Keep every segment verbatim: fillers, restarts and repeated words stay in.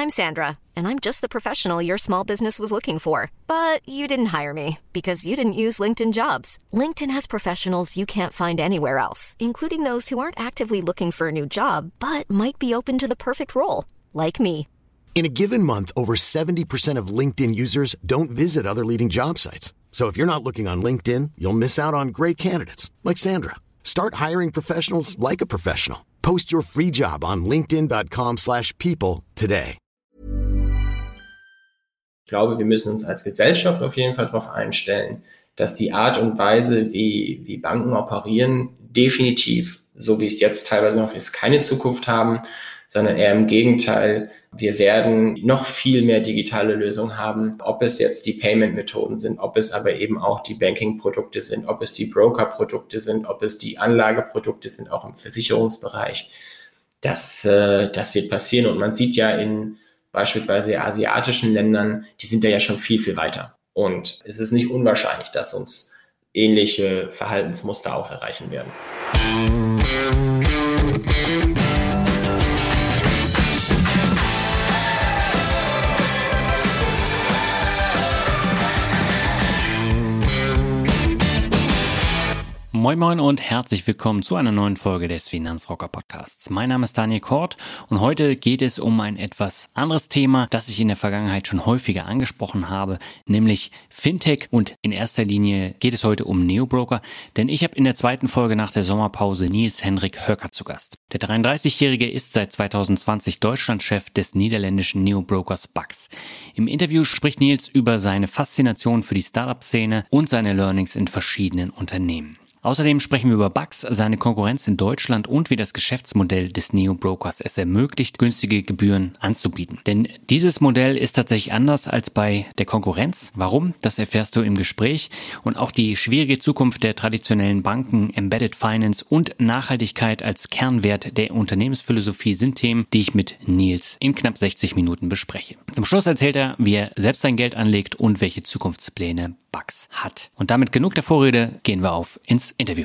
I'm Sandra, and I'm just the professional your small business was looking for. But you didn't hire me because you didn't use LinkedIn Jobs. LinkedIn has professionals you can't find anywhere else, including those who aren't actively looking for a new job, but might be open to the perfect role, like me. In a given month, over seventy percent of LinkedIn users don't visit other leading job sites. So if you're not looking on LinkedIn, you'll miss out on great candidates like Sandra. Start hiring professionals like a professional. Post your free job on linkedin dot com slash people today. Ich glaube, wir müssen uns als Gesellschaft auf jeden Fall darauf einstellen, dass die Art und Weise, wie, wie Banken operieren, definitiv, so wie es jetzt teilweise noch ist, keine Zukunft haben, sondern eher im Gegenteil. Wir werden noch viel mehr digitale Lösungen haben, ob es jetzt die Payment-Methoden sind, ob es aber eben auch die Banking-Produkte sind, ob es die Broker-Produkte sind, ob es die Anlageprodukte sind, auch im Versicherungsbereich. Das, äh, das wird passieren und man sieht ja in beispielsweise asiatischen Ländern, die sind da ja schon viel, viel weiter. Und es ist nicht unwahrscheinlich, dass uns ähnliche Verhaltensmuster auch erreichen werden. Moin Moin und herzlich willkommen zu einer neuen Folge des Finanzrocker Podcasts. Mein Name ist Daniel Kort und heute geht es um ein etwas anderes Thema, das ich in der Vergangenheit schon häufiger angesprochen habe, nämlich Fintech, und in erster Linie geht es heute um Neobroker, denn ich habe in der zweiten Folge nach der Sommerpause Niels Hendrik Höcker zu Gast. Der dreiunddreißigjährige ist seit zweitausendzwanzig Deutschlandchef des niederländischen Neobrokers Bax. Im Interview spricht Niels über seine Faszination für die Startup-Szene und seine Learnings in verschiedenen Unternehmen. Außerdem sprechen wir über Bax, seine Konkurrenz in Deutschland und wie das Geschäftsmodell des Neobrokers es ermöglicht, günstige Gebühren anzubieten. Denn dieses Modell ist tatsächlich anders als bei der Konkurrenz. Warum? Das erfährst du im Gespräch. Und auch die schwierige Zukunft der traditionellen Banken, Embedded Finance und Nachhaltigkeit als Kernwert der Unternehmensphilosophie sind Themen, die ich mit Niels in knapp sechzig Minuten bespreche. Zum Schluss erzählt er, wie er selbst sein Geld anlegt und welche Zukunftspläne Bax hat. Und damit genug der Vorrede, gehen wir auf ins Interview.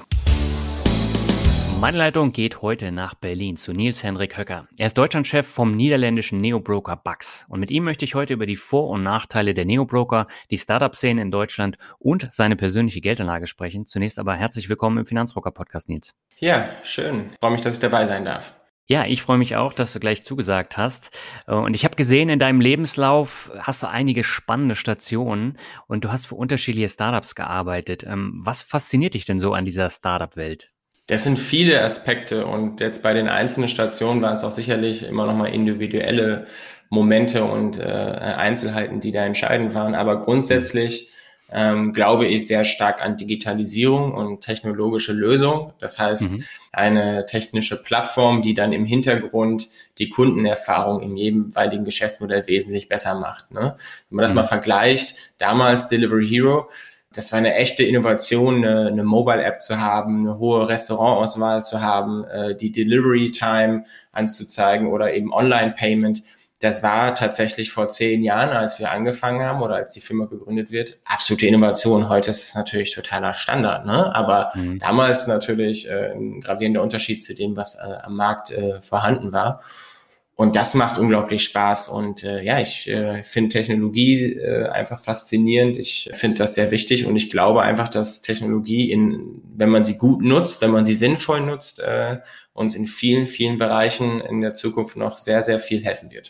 Meine Leitung geht heute nach Berlin zu Niels Hendrik Höcker. Er ist Deutschlandchef vom niederländischen Neobroker Bax. Und mit ihm möchte ich heute über die Vor- und Nachteile der Neobroker, die Startup-Szene in Deutschland und seine persönliche Geldanlage sprechen. Zunächst aber herzlich willkommen im Finanzrocker-Podcast, Niels. Ja, schön. Ich freue mich, dass ich dabei sein darf. Ja, ich freue mich auch, dass du gleich zugesagt hast. Und ich habe gesehen, in deinem Lebenslauf hast du einige spannende Stationen und du hast für unterschiedliche Startups gearbeitet. Was fasziniert dich denn so an dieser Startup-Welt? Das sind viele Aspekte und jetzt bei den einzelnen Stationen waren es auch sicherlich immer nochmal individuelle Momente und äh, Einzelheiten, die da entscheidend waren. Aber grundsätzlich ähm, glaube ich sehr stark an Digitalisierung und technologische Lösungen. Das heißt, mhm. eine technische Plattform, die dann im Hintergrund die Kundenerfahrung im jeweiligen Geschäftsmodell wesentlich besser macht. Ne? Wenn man das mhm. mal vergleicht, damals Delivery Hero, das war eine echte Innovation, eine, eine Mobile-App zu haben, eine hohe Restaurantauswahl zu haben, äh, die Delivery-Time anzuzeigen oder eben Online-Payment. Das war tatsächlich vor zehn Jahren, als wir angefangen haben oder als die Firma gegründet wird, absolute Innovation. Heute ist es natürlich totaler Standard, ne? Aber mhm. damals natürlich äh, ein gravierender Unterschied zu dem, was äh, am Markt äh, vorhanden war. Und das macht unglaublich Spaß. Und äh, ja, ich äh, finde Technologie äh, einfach faszinierend. Ich finde das sehr wichtig und ich glaube einfach, dass Technologie, in, wenn man sie gut nutzt, wenn man sie sinnvoll nutzt, äh, uns in vielen, vielen Bereichen in der Zukunft noch sehr, sehr viel helfen wird.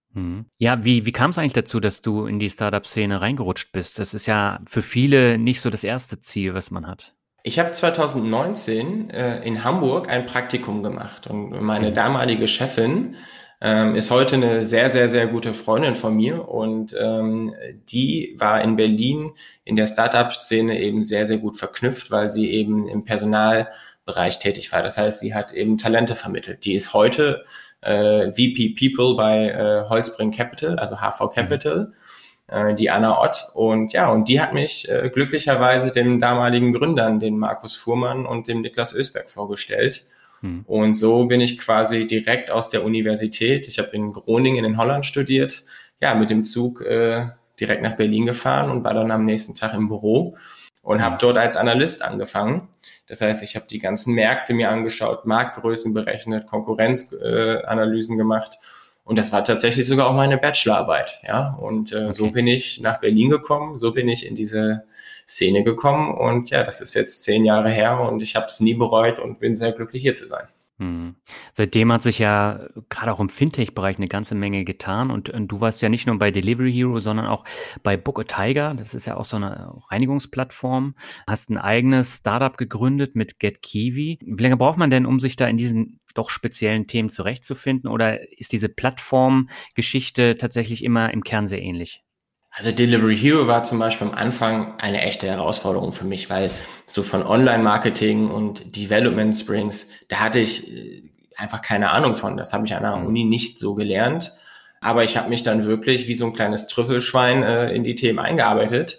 Ja, wie, wie kam es eigentlich dazu, dass du in die Startup-Szene reingerutscht bist? Das ist ja für viele nicht so das erste Ziel, was man hat. Ich habe zweitausendneunzehn äh, in Hamburg ein Praktikum gemacht und meine mhm. damalige Chefin ähm, ist heute eine sehr, sehr, sehr gute Freundin von mir und ähm, die war in Berlin in der Startup-Szene eben sehr, sehr gut verknüpft, weil sie eben im Personalbereich tätig war. Das heißt, sie hat eben Talente vermittelt. Die ist heute Uh, V P People bei uh, Holzbring Capital, also H V Capital, uh, die Anna Ott. Und ja, und die hat mich uh, glücklicherweise den damaligen Gründern, den Markus Fuhrmann und dem Niklas Ösberg vorgestellt. Mhm. Und so bin ich quasi direkt aus der Universität, ich habe in Groningen in Holland studiert, ja, mit dem Zug uh, direkt nach Berlin gefahren und war dann am nächsten Tag im Büro und habe dort als Analyst angefangen. Das heißt, ich habe die ganzen Märkte mir angeschaut, Marktgrößen berechnet, Konkurrenzanalysen äh, gemacht Und das war tatsächlich sogar auch meine Bachelorarbeit, ja. Und äh, okay. so bin ich nach Berlin gekommen, so bin ich in diese Szene gekommen. Und ja, das ist jetzt zehn Jahre her und ich habe es nie bereut und bin sehr glücklich, hier zu sein. Hm. Seitdem hat sich ja gerade auch im Fintech-Bereich eine ganze Menge getan und, und du warst ja nicht nur bei Delivery Hero, sondern auch bei Book a Tiger. Das ist ja auch so eine Reinigungsplattform. Hast ein eigenes Startup gegründet mit GetKiwi. Wie lange braucht man denn, um sich da in diesen doch speziellen Themen zurechtzufinden? Oder ist diese Plattformgeschichte tatsächlich immer im Kern sehr ähnlich? Also Delivery Hero war zum Beispiel am Anfang eine echte Herausforderung für mich, weil so von Online-Marketing und Development Sprints, da hatte ich einfach keine Ahnung von. Das habe ich an der mhm. Uni nicht so gelernt. Aber ich habe mich dann wirklich wie so ein kleines Trüffelschwein äh, in die Themen eingearbeitet.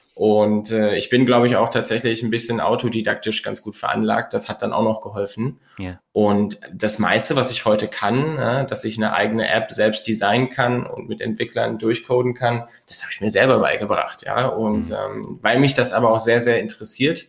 Und äh, ich bin, glaube ich, auch tatsächlich ein bisschen autodidaktisch ganz gut veranlagt. Das hat dann auch noch geholfen. Yeah. Und das meiste, was ich heute kann, äh, dass ich eine eigene App selbst designen kann und mit Entwicklern durchcoden kann, das habe ich mir selber beigebracht. Ja. Und mhm. ähm, weil mich das aber auch sehr, sehr interessiert.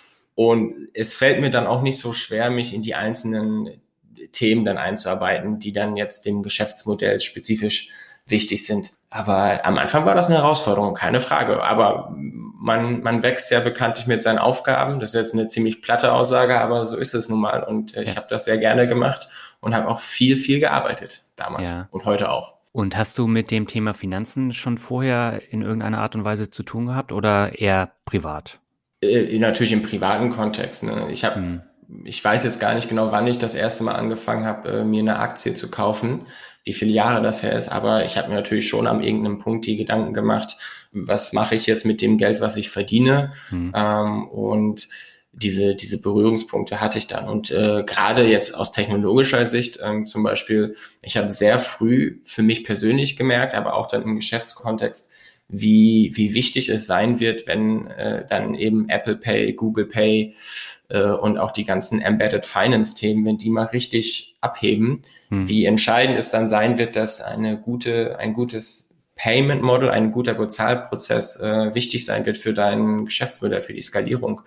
Und es fällt mir dann auch nicht so schwer, mich in die einzelnen Themen dann einzuarbeiten, die dann jetzt dem Geschäftsmodell spezifisch wichtig sind. Aber am Anfang war das eine Herausforderung, keine Frage. Aber man, man wächst ja bekanntlich mit seinen Aufgaben. Das ist jetzt eine ziemlich platte Aussage, aber so ist es nun mal. Und äh, ja. ich habe das sehr gerne gemacht und habe auch viel, viel gearbeitet damals ja. und heute auch. Und hast du mit dem Thema Finanzen schon vorher in irgendeiner Art und Weise zu tun gehabt oder eher privat? Äh, natürlich im privaten Kontext. Ne? Ich habe hm. Ich weiß jetzt gar nicht genau, wann ich das erste Mal angefangen habe, äh, mir eine Aktie zu kaufen, wie viele Jahre das her ist, aber ich habe mir natürlich schon an irgendeinem Punkt die Gedanken gemacht, was mache ich jetzt mit dem Geld, was ich verdiene, hm. ähm, und diese diese Berührungspunkte hatte ich dann und äh, gerade jetzt aus technologischer Sicht ähm, zum Beispiel, ich habe sehr früh für mich persönlich gemerkt, aber auch dann im Geschäftskontext, wie wie wichtig es sein wird, wenn äh, dann eben Apple Pay, Google Pay und auch die ganzen Embedded Finance Themen, wenn die mal richtig abheben, hm. wie entscheidend es dann sein wird, dass eine gute, ein gutes Payment Model, ein guter Bezahlprozess äh, wichtig sein wird für dein Geschäftsmodell, für die Skalierung.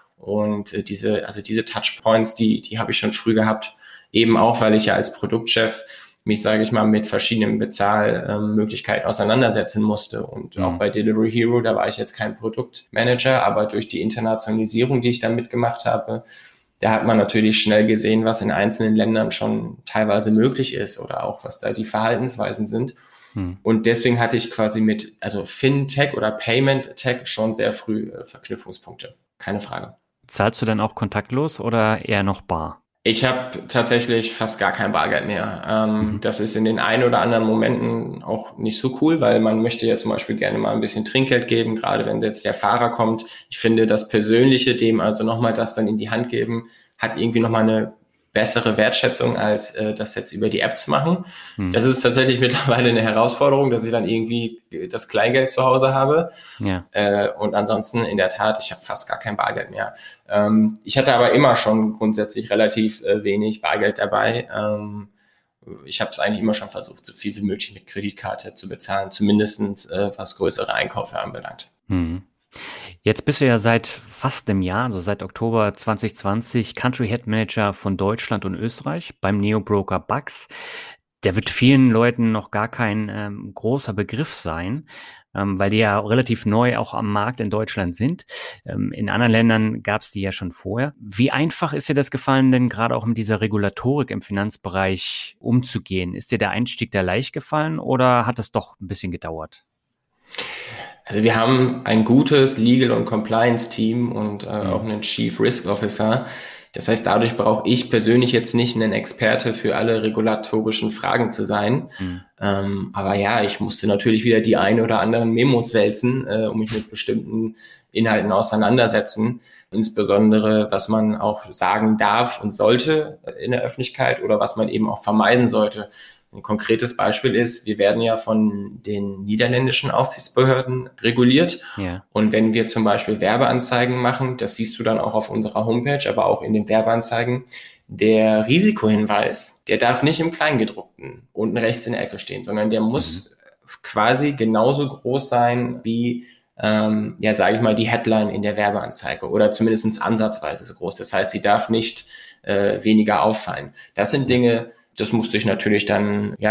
Und äh, diese, also diese Touchpoints, die, die habe ich schon früh gehabt, eben auch, weil ich ja als Produktchef mich, sage ich mal, mit verschiedenen Bezahlmöglichkeiten ähm, auseinandersetzen musste. Und mhm. auch bei Delivery Hero, da war ich jetzt kein Produktmanager, aber durch die Internationalisierung, die ich da mitgemacht habe, da hat man natürlich schnell gesehen, was in einzelnen Ländern schon teilweise möglich ist oder auch, was da die Verhaltensweisen sind. Mhm. Und deswegen hatte ich quasi mit, also Fintech oder Payment Tech schon sehr früh äh, Verknüpfungspunkte. Keine Frage. Zahlst du dann auch kontaktlos oder eher noch bar? Ich habe tatsächlich fast gar kein Bargeld mehr. Ähm, mhm. Das ist in den ein oder anderen Momenten auch nicht so cool, weil man möchte ja zum Beispiel gerne mal ein bisschen Trinkgeld geben, gerade wenn jetzt der Fahrer kommt. Ich finde, das Persönliche, dem also nochmal das dann in die Hand geben, hat irgendwie nochmal eine bessere Wertschätzung, als äh, das jetzt über die App zu machen. Hm. Das ist tatsächlich mittlerweile eine Herausforderung, dass ich dann irgendwie das Kleingeld zu Hause habe. Ja. Äh, und ansonsten in der Tat, ich habe fast gar kein Bargeld mehr. Ähm, ich hatte aber immer schon grundsätzlich relativ äh, wenig Bargeld dabei. Ähm, ich habe es eigentlich immer schon versucht, so viel wie möglich mit Kreditkarte zu bezahlen, zumindest äh, was größere Einkäufe anbelangt. Hm. Jetzt bist du ja seit fast einem Jahr, also seit Oktober zwanzig zwanzig, Country Head Manager von Deutschland und Österreich beim Neo-Broker Bax. Der wird vielen Leuten noch gar kein ähm, großer Begriff sein, ähm, weil die ja relativ neu auch am Markt in Deutschland sind. Ähm, in anderen Ländern gab es die ja schon vorher. Wie einfach ist dir das gefallen, denn gerade auch mit dieser Regulatorik im Finanzbereich umzugehen? Ist dir der Einstieg da leicht gefallen oder hat es doch ein bisschen gedauert? Also wir haben ein gutes Legal- und Compliance-Team und äh, auch einen Chief Risk Officer. Das heißt, dadurch brauche ich persönlich jetzt nicht einen Experte für alle regulatorischen Fragen zu sein. Mhm. Ähm, aber ja, ich musste natürlich wieder die ein oder anderen Memos wälzen, äh, um mich mit bestimmten Inhalten auseinandersetzen. Insbesondere, was man auch sagen darf und sollte in der Öffentlichkeit oder was man eben auch vermeiden sollte. Ein konkretes Beispiel ist, wir werden ja von den niederländischen Aufsichtsbehörden reguliert. Ja. Und wenn wir zum Beispiel Werbeanzeigen machen, das siehst du dann auch auf unserer Homepage, aber auch in den Werbeanzeigen, der Risikohinweis, der darf nicht im Kleingedruckten unten rechts in der Ecke stehen, sondern der muss mhm. quasi genauso groß sein wie, ähm, ja, sage ich mal, die Headline in der Werbeanzeige oder zumindest ansatzweise so groß. Das heißt, sie darf nicht äh, weniger auffallen. Das sind Dinge, das musste ich natürlich dann, ja,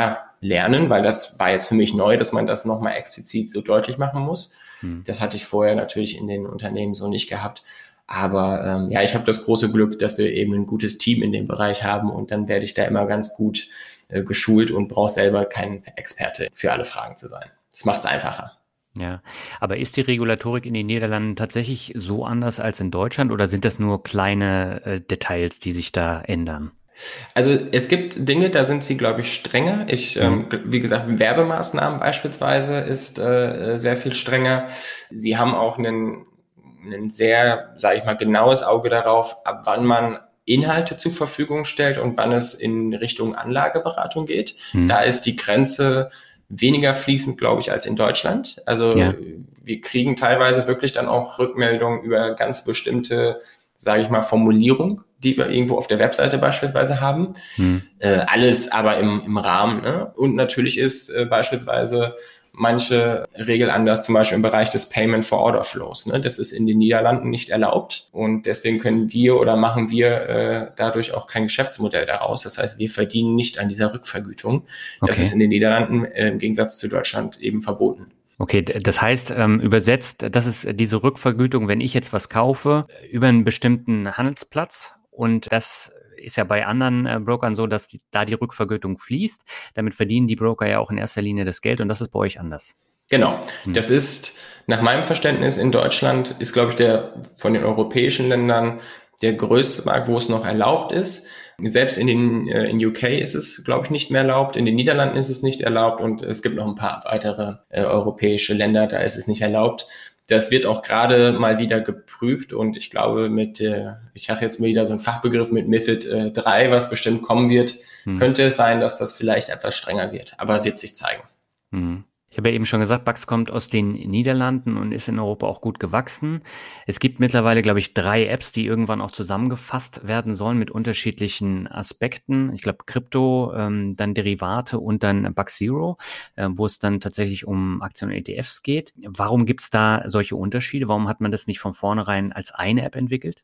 lernen, weil das war jetzt für mich neu, dass man das nochmal explizit so deutlich machen muss. Hm. Das hatte ich vorher natürlich in den Unternehmen so nicht gehabt. Aber ähm, ja, ich habe das große Glück, dass wir eben ein gutes Team in dem Bereich haben und dann werde ich da immer ganz gut äh, geschult und brauche selber kein Experte für alle Fragen zu sein. Das macht es einfacher. Ja, aber ist die Regulatorik in den Niederlanden tatsächlich so anders als in Deutschland oder sind das nur kleine äh, Details, die sich da ändern? Also es gibt Dinge, da sind sie, glaube ich, strenger. Ich, ähm, wie gesagt, Werbemaßnahmen beispielsweise ist äh, sehr viel strenger. Sie haben auch einen ein sehr, sage ich mal, genaues Auge darauf, ab wann man Inhalte zur Verfügung stellt und wann es in Richtung Anlageberatung geht. Hm. Da ist die Grenze weniger fließend, glaube ich, als in Deutschland. Also ja. Wir kriegen teilweise wirklich dann auch Rückmeldungen über ganz bestimmte, sage ich mal, Formulierungen, die wir irgendwo auf der Webseite beispielsweise haben. Hm. Äh, alles aber im, im Rahmen. Ne? Und natürlich ist äh, beispielsweise manche Regel anders, zum Beispiel im Bereich des Payment for Order Flows. Ne? Das ist in den Niederlanden nicht erlaubt und deswegen können wir oder machen wir äh, dadurch auch kein Geschäftsmodell daraus. Das heißt, wir verdienen nicht an dieser Rückvergütung. Okay. Das ist in den Niederlanden äh, im Gegensatz zu Deutschland eben verboten. Okay, das heißt, ähm, übersetzt, das ist diese Rückvergütung, wenn ich jetzt was kaufe, über einen bestimmten Handelsplatz und das ist ja bei anderen äh, Brokern so, dass die, da die Rückvergütung fließt. Damit verdienen die Broker ja auch in erster Linie das Geld und das ist bei euch anders. Genau. Hm. Das ist nach meinem Verständnis in Deutschland, ist, glaube ich, der von den europäischen Ländern der größte Markt, wo es noch erlaubt ist. Selbst in den äh, in U K ist es, glaube ich, nicht mehr erlaubt. In den Niederlanden ist es nicht erlaubt und es gibt noch ein paar weitere äh, europäische Länder, da ist es nicht erlaubt. Das wird auch gerade mal wieder geprüft und ich glaube mit, äh, ich habe jetzt mal wieder so einen Fachbegriff mit MiFID äh, drei, was bestimmt kommen wird, hm. könnte es sein, dass das vielleicht etwas strenger wird, aber wird sich zeigen. Hm. Ich habe ja eben schon gesagt, Bax kommt aus den Niederlanden und ist in Europa auch gut gewachsen. Es gibt mittlerweile, glaube ich, drei Apps, die irgendwann auch zusammengefasst werden sollen mit unterschiedlichen Aspekten. Ich glaube Krypto, ähm, dann Derivate und dann Bax Zero, äh, wo es dann tatsächlich um Aktien und E T Fs geht. Warum gibt es da solche Unterschiede? Warum hat man das nicht von vornherein als eine App entwickelt?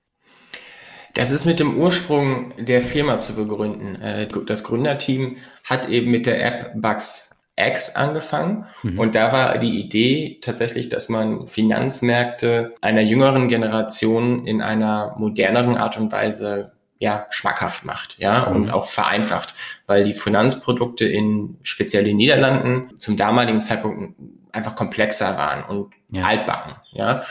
Das ist mit dem Ursprung der Firma zu begründen. Das Gründerteam hat eben mit der App Bax X angefangen mhm. und da war die Idee tatsächlich, dass man Finanzmärkte einer jüngeren Generation in einer moderneren Art und Weise ja schmackhaft macht, ja mhm. und auch vereinfacht, weil die Finanzprodukte in speziell den Niederlanden zum damaligen Zeitpunkt einfach komplexer waren und ja. altbacken, ja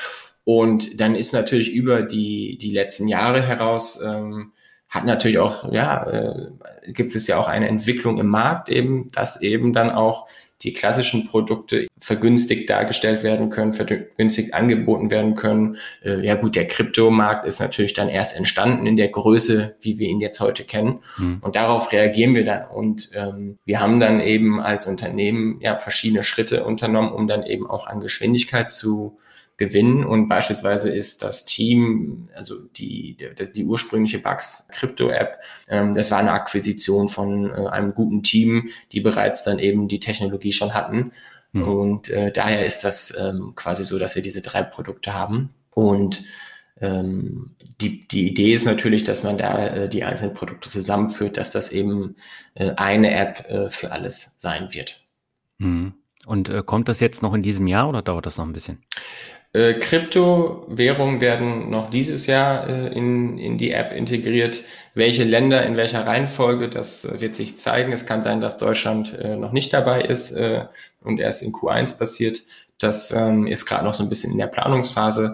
und dann ist natürlich über die die letzten Jahre heraus ähm, hat natürlich auch, ja, äh, gibt es ja auch eine Entwicklung im Markt eben, dass eben dann auch die klassischen Produkte vergünstigt dargestellt werden können, vergünstigt angeboten werden können. Äh, ja gut, der Kryptomarkt ist natürlich dann erst entstanden in der Größe, wie wir ihn jetzt heute kennen. Mhm. Und darauf reagieren wir dann. Und ähm, wir haben dann eben als Unternehmen ja verschiedene Schritte unternommen, um dann eben auch an Geschwindigkeit zu gewinnen und beispielsweise ist das Team, also die die, die ursprüngliche Bax Krypto App, ähm, das war eine Akquisition von äh, einem guten Team, die bereits dann eben die Technologie schon hatten mhm. und äh, daher ist das ähm, quasi so, dass wir diese drei Produkte haben und ähm, die die Idee ist natürlich, dass man da äh, die einzelnen Produkte zusammenführt, dass das eben äh, eine App äh, für alles sein wird. Mhm. Und äh, kommt das jetzt noch in diesem Jahr oder dauert das noch ein bisschen? Äh, Kryptowährungen werden noch dieses Jahr äh, in, in die App integriert. Welche Länder, in welcher Reihenfolge, das äh, wird sich zeigen. Es kann sein, dass Deutschland äh, noch nicht dabei ist äh, und erst in Q eins passiert. Das ähm, ist gerade noch so ein bisschen in der Planungsphase.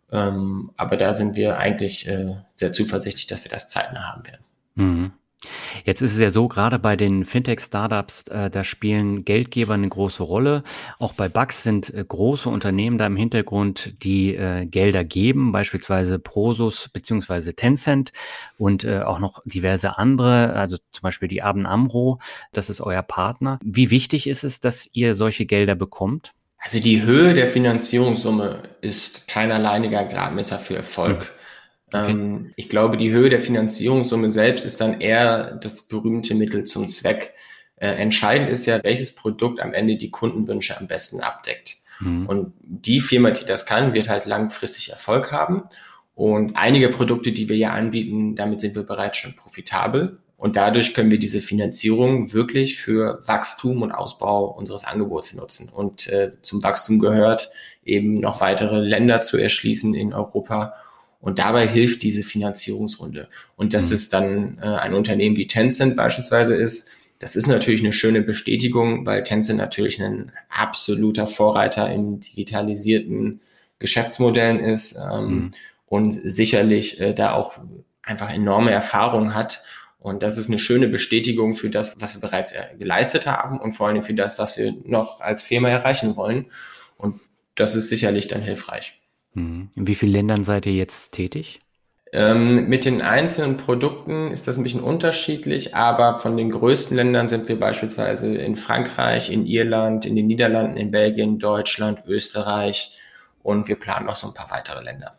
Ähm, aber da sind wir eigentlich äh, sehr zuversichtlich, dass wir das zeitnah haben werden. Mhm. Jetzt ist es ja so, gerade bei den Fintech-Startups, äh, da spielen Geldgeber eine große Rolle. Auch bei Bax sind äh, große Unternehmen da im Hintergrund, die äh, Gelder geben, beispielsweise Prosus beziehungsweise Tencent und äh, auch noch diverse andere, also zum Beispiel die A B N AMRO, das ist euer Partner. Wie wichtig ist es, dass ihr solche Gelder bekommt? Also die Höhe der Finanzierungssumme ist kein alleiniger Gradmesser für Erfolg. Hm. Okay. Ähm, ich glaube, die Höhe der Finanzierungssumme selbst ist dann eher das berühmte Mittel zum Zweck. Äh, entscheidend ist ja, welches Produkt am Ende die Kundenwünsche am besten abdeckt. Mhm. Und die Firma, die das kann, wird halt langfristig Erfolg haben. Und einige Produkte, die wir ja anbieten, damit sind wir bereits schon profitabel. Und dadurch können wir diese Finanzierung wirklich für Wachstum und Ausbau unseres Angebots nutzen. Und äh, zum Wachstum gehört eben noch weitere Länder zu erschließen in Europa. Und dabei hilft diese Finanzierungsrunde. Und dass mhm. es dann äh, ein Unternehmen wie Tencent beispielsweise ist, das ist natürlich eine schöne Bestätigung, weil Tencent natürlich ein absoluter Vorreiter in digitalisierten Geschäftsmodellen ist ähm, mhm. und sicherlich äh, da auch einfach enorme Erfahrung hat. Und das ist eine schöne Bestätigung für das, was wir bereits geleistet haben und vor allem für das, was wir noch als Firma erreichen wollen. Und das ist sicherlich dann hilfreich. In wie vielen Ländern seid ihr jetzt tätig? Ähm, mit den einzelnen Produkten ist das ein bisschen unterschiedlich, aber von den größten Ländern sind wir beispielsweise in Frankreich, in Irland, in den Niederlanden, in Belgien, Deutschland, Österreich und wir planen noch so ein paar weitere Länder.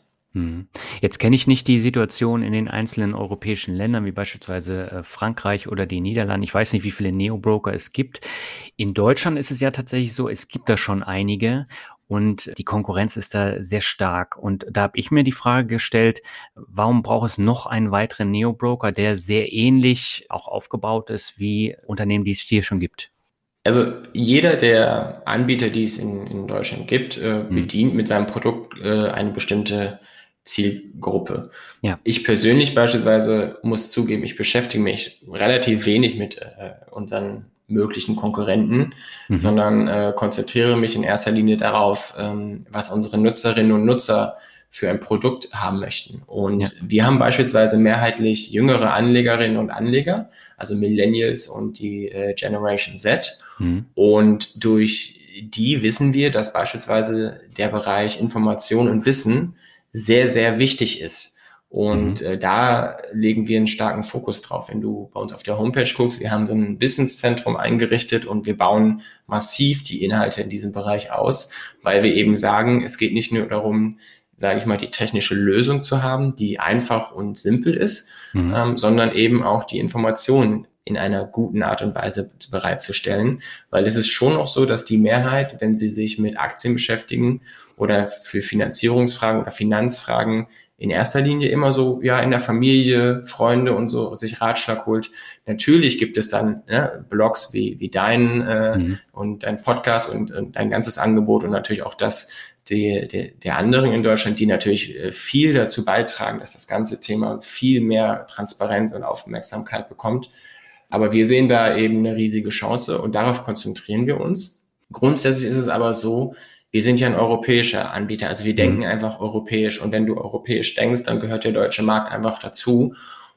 Jetzt kenne ich nicht die Situation in den einzelnen europäischen Ländern, wie beispielsweise äh, Frankreich oder die Niederlande. Ich weiß nicht, wie viele Neo-Broker es gibt. In Deutschland ist es ja tatsächlich so, es gibt da schon einige und die Konkurrenz ist da sehr stark. Und da habe ich mir die Frage gestellt, warum braucht es noch einen weiteren Neo-Broker, der sehr ähnlich auch aufgebaut ist wie Unternehmen, die es hier schon gibt? Also jeder der Anbieter, die es in, in Deutschland gibt, äh, bedient hm. mit seinem Produkt äh, eine bestimmte Zielgruppe. Ja. Ich persönlich beispielsweise muss zugeben, ich beschäftige mich relativ wenig mit äh, unseren möglichen Konkurrenten, mhm. sondern äh, konzentriere mich in erster Linie darauf, ähm, was unsere Nutzerinnen und Nutzer für ein Produkt haben möchten. Und ja. wir haben beispielsweise mehrheitlich jüngere Anlegerinnen und Anleger, also Millennials und die äh, Generation Z. Mhm. Und durch die wissen wir, dass beispielsweise der Bereich Information und Wissen sehr, sehr wichtig ist. Und mhm. äh, da legen wir einen starken Fokus drauf. Wenn du bei uns auf der Homepage guckst, wir haben so ein Wissenszentrum eingerichtet und wir bauen massiv die Inhalte in diesem Bereich aus, weil wir eben sagen, es geht nicht nur darum, sage ich mal, die technische Lösung zu haben, die einfach und simpel ist, mhm. ähm, sondern eben auch die Informationen in einer guten Art und Weise bereitzustellen, weil es ist schon auch so, dass die Mehrheit, wenn sie sich mit Aktien beschäftigen oder für Finanzierungsfragen oder Finanzfragen in erster Linie immer so, ja, in der Familie, Freunde und so sich Ratschlag holt. Natürlich gibt es dann ne, Blogs wie wie dein äh, mhm. und dein Podcast und, und dein ganzes Angebot und natürlich auch das die, die, der anderen in Deutschland, die natürlich viel dazu beitragen, dass das ganze Thema viel mehr Transparenz und Aufmerksamkeit bekommt. Aber wir sehen da eben eine riesige Chance und darauf konzentrieren wir uns. Grundsätzlich ist es aber so, wir sind ja ein europäischer Anbieter, also wir denken einfach europäisch und wenn du europäisch denkst, dann gehört der deutsche Markt einfach dazu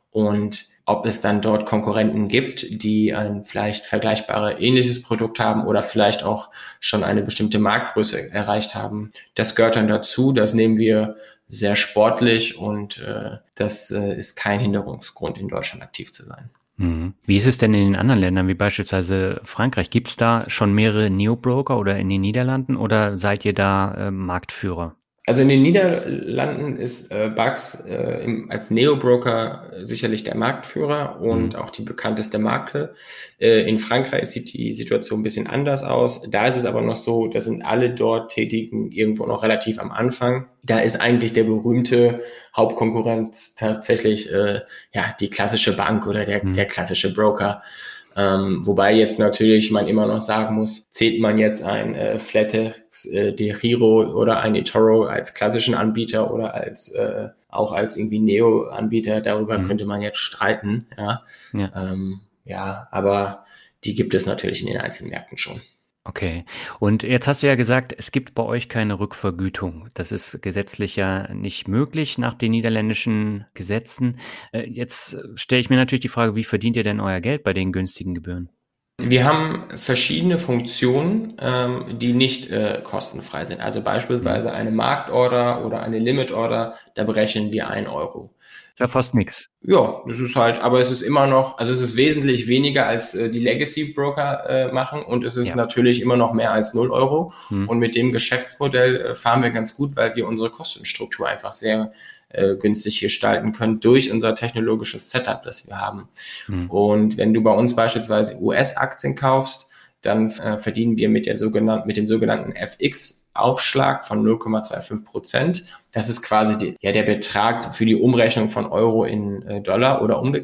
und ob es dann dort Konkurrenten gibt, die ein vielleicht vergleichbare ähnliches Produkt haben oder vielleicht auch schon eine bestimmte Marktgröße erreicht haben, das gehört dann dazu, das nehmen wir sehr sportlich und äh, das äh, ist kein Hinderungsgrund, in Deutschland aktiv zu sein. Wie ist es denn in den anderen Ländern, wie beispielsweise Frankreich? Gibt es da schon mehrere Neo-Broker oder in den Niederlanden oder seid ihr da äh, Marktführer? Also in den Niederlanden ist äh, Bugs äh, im, als Neo-Broker sicherlich der Marktführer und mhm. auch die bekannteste Marke. Äh, in Frankreich sieht die Situation ein bisschen anders aus. Da ist es aber noch so, da sind alle dort Tätigen irgendwo noch relativ am Anfang. Da ist eigentlich der berühmte Hauptkonkurrent tatsächlich äh, ja die klassische Bank oder der, mhm. der klassische Broker. Ähm, wobei jetzt natürlich man immer noch sagen muss, zählt man jetzt ein äh, Flatex, äh, DEGIRO oder ein eToro als klassischen Anbieter oder als äh, auch als irgendwie Neo-Anbieter, darüber mhm. könnte man jetzt streiten, ja. Ja. Ähm, ja, aber die gibt es natürlich in den einzelnen Märkten schon. Okay. Und jetzt hast du ja gesagt, es gibt bei euch keine Rückvergütung. Das ist gesetzlich ja nicht möglich nach den niederländischen Gesetzen. Jetzt stelle ich mir natürlich die Frage, wie verdient ihr denn euer Geld bei den günstigen Gebühren? Wir haben verschiedene Funktionen, ähm, die nicht äh, kostenfrei sind. Also beispielsweise eine Marktorder oder eine Limitorder, da berechnen wir ein Euro. Ja, fast nichts. Ja, das ist halt, aber es ist immer noch, also es ist wesentlich weniger als äh, die Legacy-Broker äh, machen und es ist ja. natürlich immer noch mehr als null Euro. Hm. Und mit dem Geschäftsmodell äh, fahren wir ganz gut, weil wir unsere Kostenstruktur einfach sehr äh, günstig gestalten können durch unser technologisches Setup, das wir haben. Hm. Und wenn du bei uns beispielsweise U S-Aktien kaufst, dann äh, verdienen wir mit der sogenannten, mit dem sogenannten F X-Aufschlag von null Komma fünfundzwanzig Prozent. Das ist quasi die, ja, der Betrag für die Umrechnung von Euro in äh, Dollar oder umgekehrt.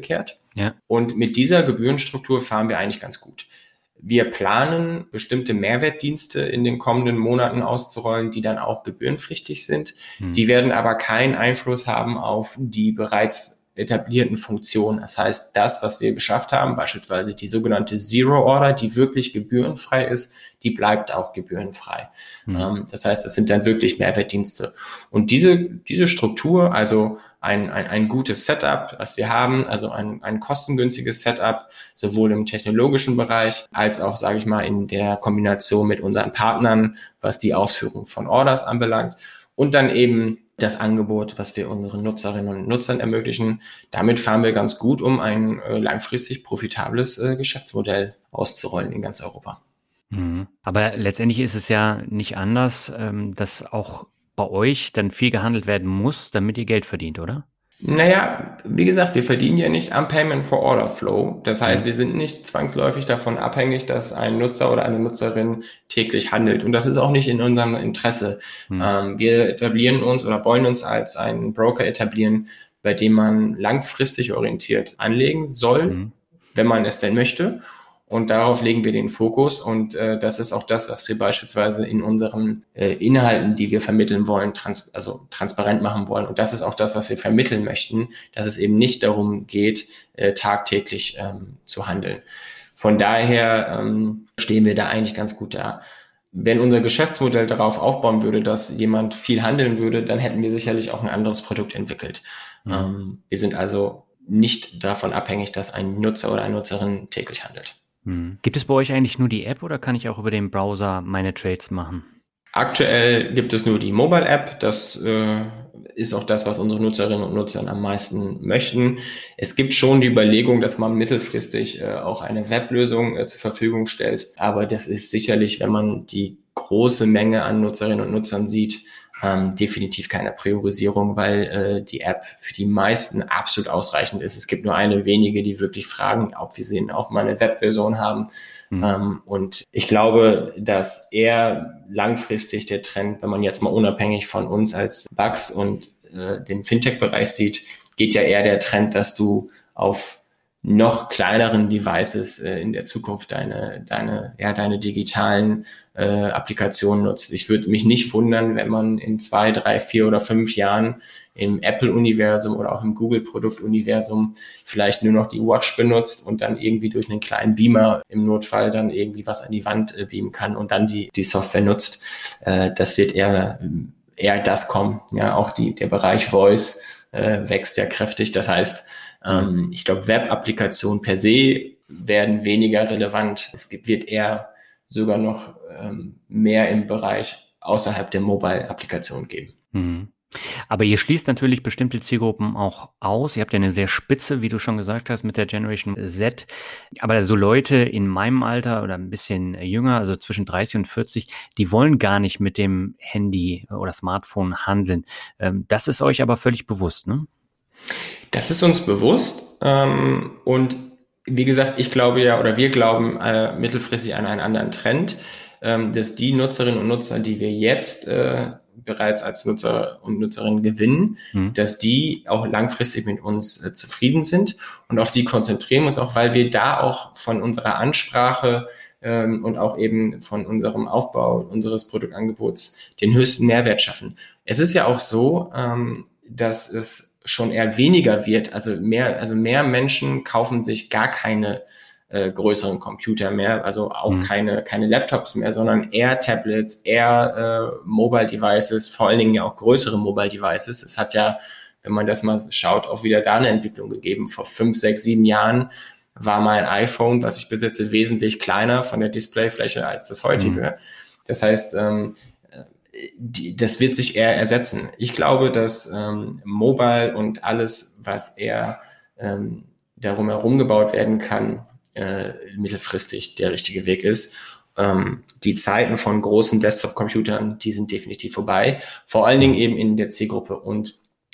Ja. Und mit dieser Gebührenstruktur fahren wir eigentlich ganz gut. Wir planen, bestimmte Mehrwertdienste in den kommenden Monaten auszurollen, die dann auch gebührenpflichtig sind. Mhm. Die werden aber keinen Einfluss haben auf die bereits etablierten Funktionen. Das heißt, das, was wir geschafft haben, beispielsweise die sogenannte Zero Order, die wirklich gebührenfrei ist, die bleibt auch gebührenfrei. Mhm. Das heißt, das sind dann wirklich Mehrwertdienste. Und diese, diese Struktur, also ein, ein, ein gutes Setup, was wir haben, also ein, ein kostengünstiges Setup, sowohl im technologischen Bereich als auch, sage ich mal, in der Kombination mit unseren Partnern, was die Ausführung von Orders anbelangt. Und dann eben das Angebot, was wir unseren Nutzerinnen und Nutzern ermöglichen. Damit fahren wir ganz gut, um ein äh, langfristig profitables äh, Geschäftsmodell auszurollen in ganz Europa. Mhm. Aber letztendlich ist es ja nicht anders, ähm, dass auch bei euch dann viel gehandelt werden muss, damit ihr Geld verdient, oder? Naja, wie gesagt, wir verdienen ja nicht am Payment for Order Flow. Das heißt, wir sind nicht zwangsläufig davon abhängig, dass ein Nutzer oder eine Nutzerin täglich handelt. Und das ist auch nicht in unserem Interesse. Mhm. Ähm, wir etablieren uns oder wollen uns als einen Broker etablieren, bei dem man langfristig orientiert anlegen soll, mhm. wenn man es denn möchte. Und darauf legen wir den Fokus. Und äh, das ist auch das, was wir beispielsweise in unseren äh, Inhalten, die wir vermitteln wollen, trans- also transparent machen wollen. Und das ist auch das, was wir vermitteln möchten, dass es eben nicht darum geht, äh, tagtäglich ähm, zu handeln. Von daher ähm, stehen wir da eigentlich ganz gut da. Wenn unser Geschäftsmodell darauf aufbauen würde, dass jemand viel handeln würde, dann hätten wir sicherlich auch ein anderes Produkt entwickelt. Mhm. Ähm, wir sind also nicht davon abhängig, dass ein Nutzer oder eine Nutzerin täglich handelt. Gibt es bei euch eigentlich nur die App oder kann ich auch über den Browser meine Trades machen? Aktuell gibt es nur die Mobile-App. Das äh, ist auch das, was unsere Nutzerinnen und Nutzer am meisten möchten. Es gibt schon die Überlegung, dass man mittelfristig äh, auch eine Weblösung äh, zur Verfügung stellt. Aber das ist sicherlich, wenn man die große Menge an Nutzerinnen und Nutzern sieht, Ähm, definitiv keine Priorisierung, weil äh, die App für die meisten absolut ausreichend ist. Es gibt nur eine wenige, die wirklich fragen, ob wir sie auch mal eine Webversion haben. Mhm. Ähm, und ich glaube, dass eher langfristig der Trend, wenn man jetzt mal unabhängig von uns als Bugs und äh, den Fintech-Bereich sieht, geht ja eher der Trend, dass du auf noch kleineren Devices äh, in der Zukunft deine deine ja deine digitalen äh, Applikationen nutzt. Ich würde mich nicht wundern, wenn man in zwei, drei, vier oder fünf Jahren im Apple-Universum oder auch im Google-Produkt-Universum vielleicht nur noch die Watch benutzt und dann irgendwie durch einen kleinen Beamer im Notfall dann irgendwie was an die Wand äh, beamen kann und dann die die Software nutzt. Äh, das wird eher eher das kommen. Ja, auch die der Bereich Voice äh, wächst ja kräftig. Das heißt, Ähm, ich glaube, Web-Applikationen per se werden weniger relevant. Es gibt, wird eher sogar noch ähm, mehr im Bereich außerhalb der Mobile-Applikation geben. Mhm. Aber ihr schließt natürlich bestimmte Zielgruppen auch aus. Ihr habt ja eine sehr spitze, wie du schon gesagt hast, mit der Generation Z. Aber so Leute in meinem Alter oder ein bisschen jünger, also zwischen dreißig und vierzig, die wollen gar nicht mit dem Handy oder Smartphone handeln. Ähm, das ist euch aber völlig bewusst, ne? Das ist uns bewusst ähm, und wie gesagt, ich glaube ja oder wir glauben äh, mittelfristig an einen anderen Trend, ähm, dass die Nutzerinnen und Nutzer, die wir jetzt äh, bereits als Nutzer und Nutzerinnen gewinnen, mhm. dass die auch langfristig mit uns äh, zufrieden sind und auf die konzentrieren wir uns auch, weil wir da auch von unserer Ansprache ähm, und auch eben von unserem Aufbau unseres Produktangebots den höchsten Mehrwert schaffen. Es ist ja auch so, ähm, dass es schon eher weniger wird, also mehr, also mehr Menschen kaufen sich gar keine äh, größeren Computer mehr, also auch mhm. keine keine Laptops mehr, sondern eher Tablets, eher äh, Mobile Devices, vor allen Dingen ja auch größere Mobile Devices. Es hat ja, wenn man das mal schaut, auch wieder da eine Entwicklung gegeben. Vor fünf, sechs, sieben Jahren war mein iPhone, was ich besitze, wesentlich kleiner von der Displayfläche als das heutige. Mhm. Das heißt, ähm, Die, das wird sich eher ersetzen. Ich glaube, dass ähm, Mobile und alles, was eher ähm, darum herum gebaut werden kann, äh, mittelfristig der richtige Weg ist. Ähm, die Zeiten von großen Desktop-Computern, die sind definitiv vorbei. Vor allen Dingen eben in der Zielgruppe. Und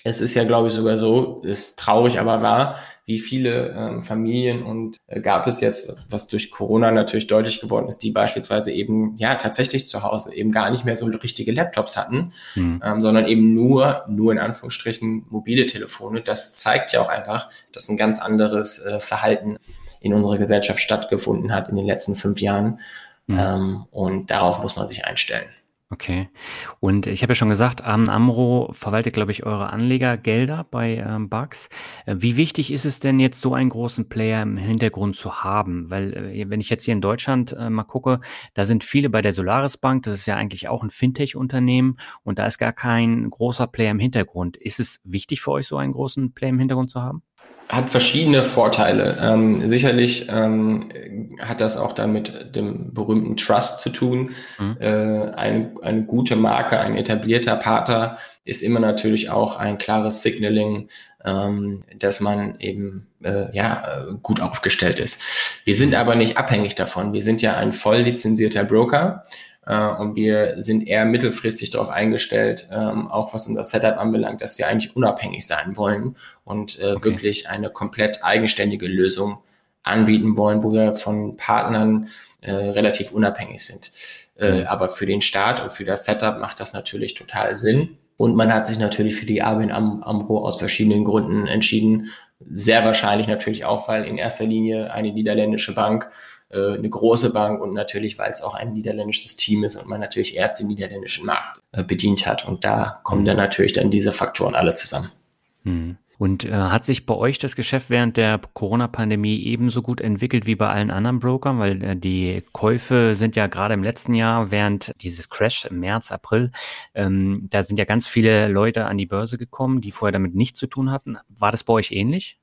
Es ist ja, glaube ich, sogar so, ist traurig, aber wahr, wie viele ähm, Familien und äh, gab es jetzt, was, was durch Corona natürlich deutlich geworden ist, die beispielsweise eben ja tatsächlich zu Hause eben gar nicht mehr so richtige Laptops hatten, mhm. ähm, sondern eben nur, nur in Anführungsstrichen mobile Telefone. Das zeigt ja auch einfach, dass ein ganz anderes äh, Verhalten in unserer Gesellschaft stattgefunden hat in den letzten fünf Jahren. Mhm. Ähm, und darauf muss man sich einstellen. Okay. Und ich habe ja schon gesagt, A B N AMRO verwaltet, glaube ich, eure Anlegergelder bei ähm, Bucks. Äh, wie wichtig ist es denn jetzt, so einen großen Player im Hintergrund zu haben? Weil äh, wenn ich jetzt hier in Deutschland äh, mal gucke, da sind viele bei der Solaris Bank, das ist ja eigentlich auch ein Fintech-Unternehmen und da ist gar kein großer Player im Hintergrund. Ist es wichtig für euch, so einen großen Player im Hintergrund zu haben? Hat verschiedene Vorteile. Ähm, sicherlich ähm, hat das auch dann mit dem berühmten Trust zu tun. Mhm. Äh, eine, eine gute Marke, ein etablierter Partner ist immer natürlich auch ein klares Signaling, ähm, dass man eben äh, ja gut aufgestellt ist. Wir sind aber nicht abhängig davon. Wir sind ja ein voll lizenzierter Broker. Uh, und wir sind eher mittelfristig darauf eingestellt, ähm, auch was unser Setup anbelangt, dass wir eigentlich unabhängig sein wollen und äh, okay. wirklich eine komplett eigenständige Lösung anbieten wollen, wo wir von Partnern äh, relativ unabhängig sind. Äh, mhm. Aber für den Start und für das Setup macht das natürlich total Sinn. Und man hat sich natürlich für die A B N AMRO aus verschiedenen Gründen entschieden. Sehr wahrscheinlich natürlich auch, weil in erster Linie eine niederländische Bank, eine große Bank und natürlich, weil es auch ein niederländisches Team ist und man natürlich erst den niederländischen Markt bedient hat. Und da kommen dann natürlich dann diese Faktoren alle zusammen. Und äh, hat sich bei euch das Geschäft während der Corona-Pandemie ebenso gut entwickelt wie bei allen anderen Brokern? Weil äh, die Käufe sind ja gerade im letzten Jahr, während dieses Crash im März, April, ähm, da sind ja ganz viele Leute an die Börse gekommen, die vorher damit nichts zu tun hatten. War das bei euch ähnlich?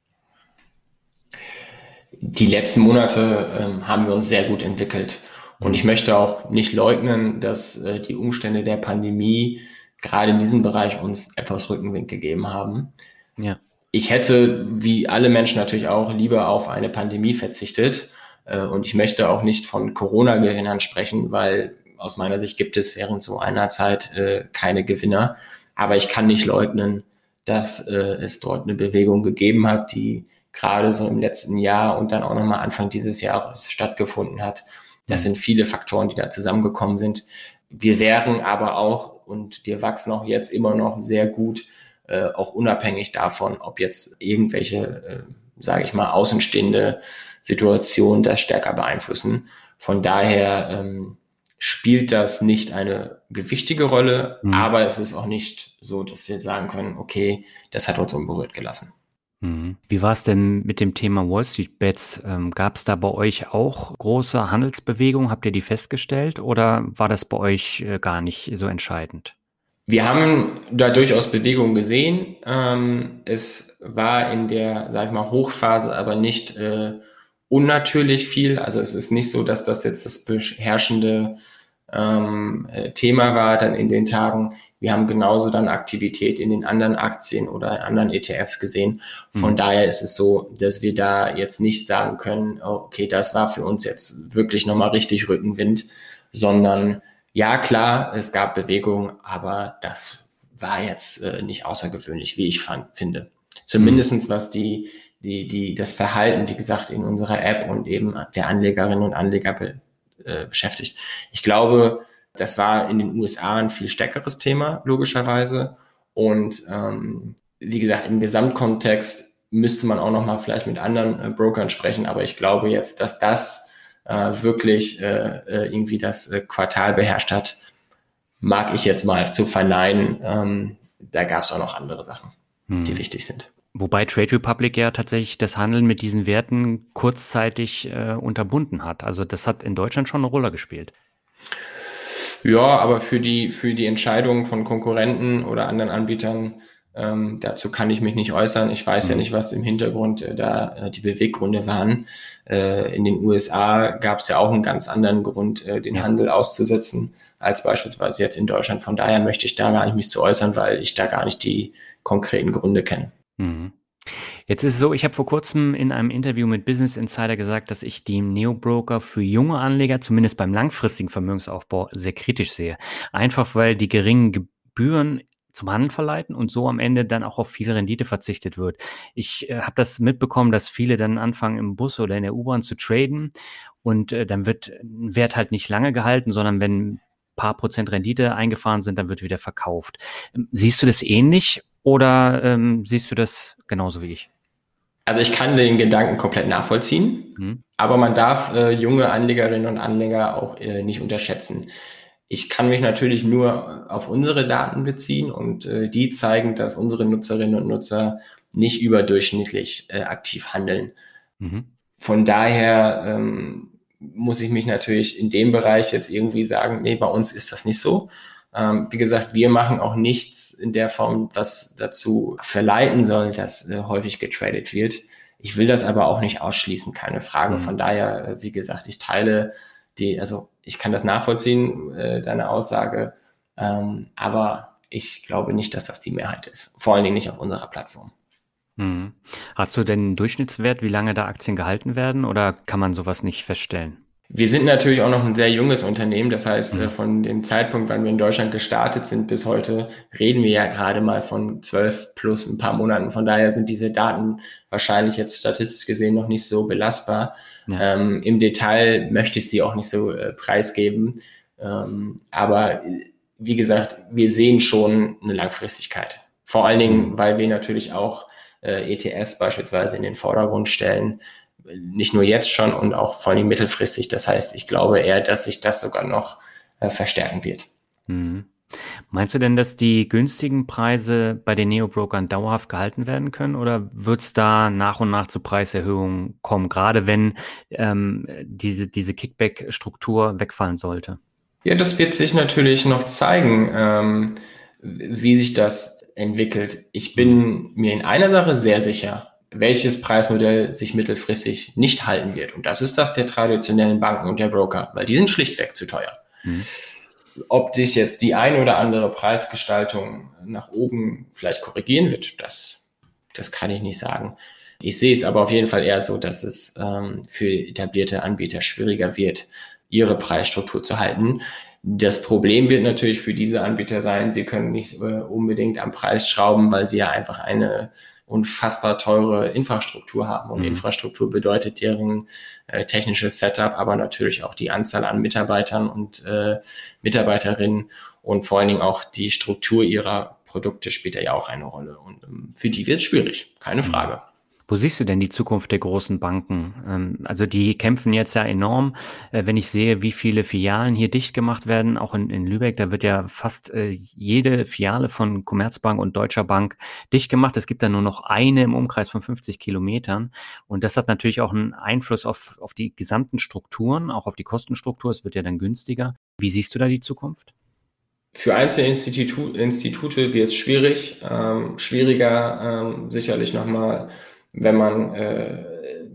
Die letzten Monate ähm, haben wir uns sehr gut entwickelt. Und ich möchte auch nicht leugnen, dass äh, die Umstände der Pandemie gerade in diesem Bereich uns etwas Rückenwind gegeben haben. Ja. Ich hätte, wie alle Menschen natürlich auch, lieber auf eine Pandemie verzichtet. Äh, und ich möchte auch nicht von Corona-Gewinnern sprechen, weil aus meiner Sicht gibt es während so einer Zeit äh, keine Gewinner. Aber ich kann nicht leugnen, dass äh, es dort eine Bewegung gegeben hat, die gerade so im letzten Jahr und dann auch nochmal Anfang dieses Jahres stattgefunden hat. Das sind viele Faktoren, die da zusammengekommen sind. Wir werden aber auch, und wir wachsen auch jetzt immer noch sehr gut, äh, auch unabhängig davon, ob jetzt irgendwelche, äh, sage ich mal, außenstehende Situationen das stärker beeinflussen. Von daher ähm, spielt das nicht eine gewichtige Rolle, mhm. aber es ist auch nicht so, dass wir sagen können, okay, das hat uns unberührt gelassen. Wie war es denn mit dem Thema Wall Street Bets? Ähm, gab es da bei euch auch große Handelsbewegungen? Habt ihr die festgestellt oder war das bei euch äh, gar nicht so entscheidend? Wir haben da durchaus Bewegungen gesehen. Ähm, es war in der, sag ich mal, Hochphase aber nicht äh, unnatürlich viel. Also es ist nicht so, dass das jetzt das beherrschende ähm, Thema war dann in den Tagen. Wir haben genauso dann Aktivität in den anderen Aktien oder in anderen E T Fs gesehen. Von mhm. daher ist es so, dass wir da jetzt nicht sagen können, okay, das war für uns jetzt wirklich nochmal richtig Rückenwind, sondern ja, klar, es gab Bewegung, aber das war jetzt äh, nicht außergewöhnlich, wie ich fand, finde. Zumindestens was die, die, die, das Verhalten, wie gesagt, in unserer App und eben der Anlegerinnen und Anleger be, äh, beschäftigt. Ich glaube, das war in den U S A ein viel stärkeres Thema, logischerweise. Und ähm, wie gesagt, im Gesamtkontext müsste man auch nochmal vielleicht mit anderen äh, Brokern sprechen. Aber ich glaube jetzt, dass das äh, wirklich äh, irgendwie das äh, Quartal beherrscht hat, mag ich jetzt mal zu verneinen. Ähm, da gab es auch noch andere Sachen, hm. die wichtig sind. Wobei Trade Republic ja tatsächlich das Handeln mit diesen Werten kurzzeitig äh, unterbunden hat. Also das hat in Deutschland schon eine Rolle gespielt. Ja, aber für die für die Entscheidungen von Konkurrenten oder anderen Anbietern, ähm, dazu kann ich mich nicht äußern. Ich weiß mhm. ja nicht, was im Hintergrund äh, da äh, die Beweggründe waren. Äh, in den U S A gab es ja auch einen ganz anderen Grund, äh, den ja. Handel auszusetzen, als beispielsweise jetzt in Deutschland. Von daher möchte ich da gar nicht mich zu äußern, weil ich da gar nicht die konkreten Gründe kenne. Mhm. Jetzt ist es so, ich habe vor kurzem in einem Interview mit Business Insider gesagt, dass ich die Neo-Broker für junge Anleger, zumindest beim langfristigen Vermögensaufbau, sehr kritisch sehe. Einfach weil die geringen Gebühren zum Handeln verleiten und so am Ende dann auch auf viel Rendite verzichtet wird. Ich äh, habe das mitbekommen, dass viele dann anfangen im Bus oder in der U-Bahn zu traden und äh, dann wird ein Wert halt nicht lange gehalten, sondern wenn ein paar Prozent Rendite eingefahren sind, dann wird wieder verkauft. Ähm, siehst du das ähnlich oder ähm, siehst du das genauso wie ich? Also ich kann den Gedanken komplett nachvollziehen, mhm. aber man darf äh, junge Anlegerinnen und Anleger auch äh, nicht unterschätzen. Ich kann mich natürlich nur auf unsere Daten beziehen und äh, die zeigen, dass unsere Nutzerinnen und Nutzer nicht überdurchschnittlich äh, aktiv handeln. Mhm. Von daher ähm, muss ich mich natürlich in dem Bereich jetzt irgendwie sagen, nee, bei uns ist das nicht so. Ähm, wie gesagt, wir machen auch nichts in der Form, was dazu verleiten soll, dass äh, häufig getradet wird. Ich will das aber auch nicht ausschließen, keine Frage. Mhm. Von daher, äh, wie gesagt, ich teile die, also ich kann das nachvollziehen, äh, deine Aussage, ähm, aber ich glaube nicht, dass das die Mehrheit ist. Vor allen Dingen nicht auf unserer Plattform. Mhm. Hast du denn einen Durchschnittswert, wie lange da Aktien gehalten werden oder kann man sowas nicht feststellen? Wir sind natürlich auch noch ein sehr junges Unternehmen. Das heißt, mhm. von dem Zeitpunkt, wann wir in Deutschland gestartet sind, bis heute reden wir ja gerade mal von zwölf plus ein paar Monaten. Von daher sind diese Daten wahrscheinlich jetzt statistisch gesehen noch nicht so belastbar. Ja. Ähm, im Detail möchte ich sie auch nicht so äh, preisgeben. Ähm, aber wie gesagt, wir sehen schon eine Langfristigkeit. Vor allen Dingen, mhm. weil wir natürlich auch äh, E T Fs beispielsweise in den Vordergrund stellen. Nicht nur jetzt schon und auch vor allem mittelfristig. Das heißt, ich glaube eher, dass sich das sogar noch äh, verstärken wird. Mhm. Meinst du denn, dass die günstigen Preise bei den Neo-Brokern dauerhaft gehalten werden können oder wird es da nach und nach zu Preiserhöhungen kommen, gerade wenn ähm, diese, diese Kickback-Struktur wegfallen sollte? Ja, das wird sich natürlich noch zeigen, ähm, wie sich das entwickelt. Ich bin mir in einer Sache sehr sicher, welches Preismodell sich mittelfristig nicht halten wird. Und das ist das der traditionellen Banken und der Broker, weil die sind schlichtweg zu teuer. Mhm. Ob sich jetzt die eine oder andere Preisgestaltung nach oben vielleicht korrigieren wird, das, das kann ich nicht sagen. Ich sehe es aber auf jeden Fall eher so, dass es ähm, für etablierte Anbieter schwieriger wird, ihre Preisstruktur zu halten. Das Problem wird natürlich für diese Anbieter sein, sie können nicht äh, unbedingt am Preis schrauben, weil sie ja einfach eine unfassbar teure Infrastruktur haben. Und mhm. Infrastruktur bedeutet deren äh, technisches Setup, aber natürlich auch die Anzahl an Mitarbeitern und äh, Mitarbeiterinnen und vor allen Dingen auch die Struktur ihrer Produkte spielt ja auch eine Rolle. Und ähm, für die wird es schwierig, keine Frage. Mhm. Wo siehst du denn die Zukunft der großen Banken? Also die kämpfen jetzt ja enorm. Wenn ich sehe, wie viele Filialen hier dicht gemacht werden, auch in, in Lübeck, da wird ja fast jede Filiale von Commerzbank und Deutscher Bank dicht gemacht. Es gibt da nur noch eine im Umkreis von fünfzig Kilometern. Und das hat natürlich auch einen Einfluss auf, auf die gesamten Strukturen, auch auf die Kostenstruktur. Es wird ja dann günstiger. Wie siehst du da die Zukunft? Für einzelne Institutu- Institute wird es schwierig, ähm, schwieriger ähm, sicherlich nochmal, wenn man äh,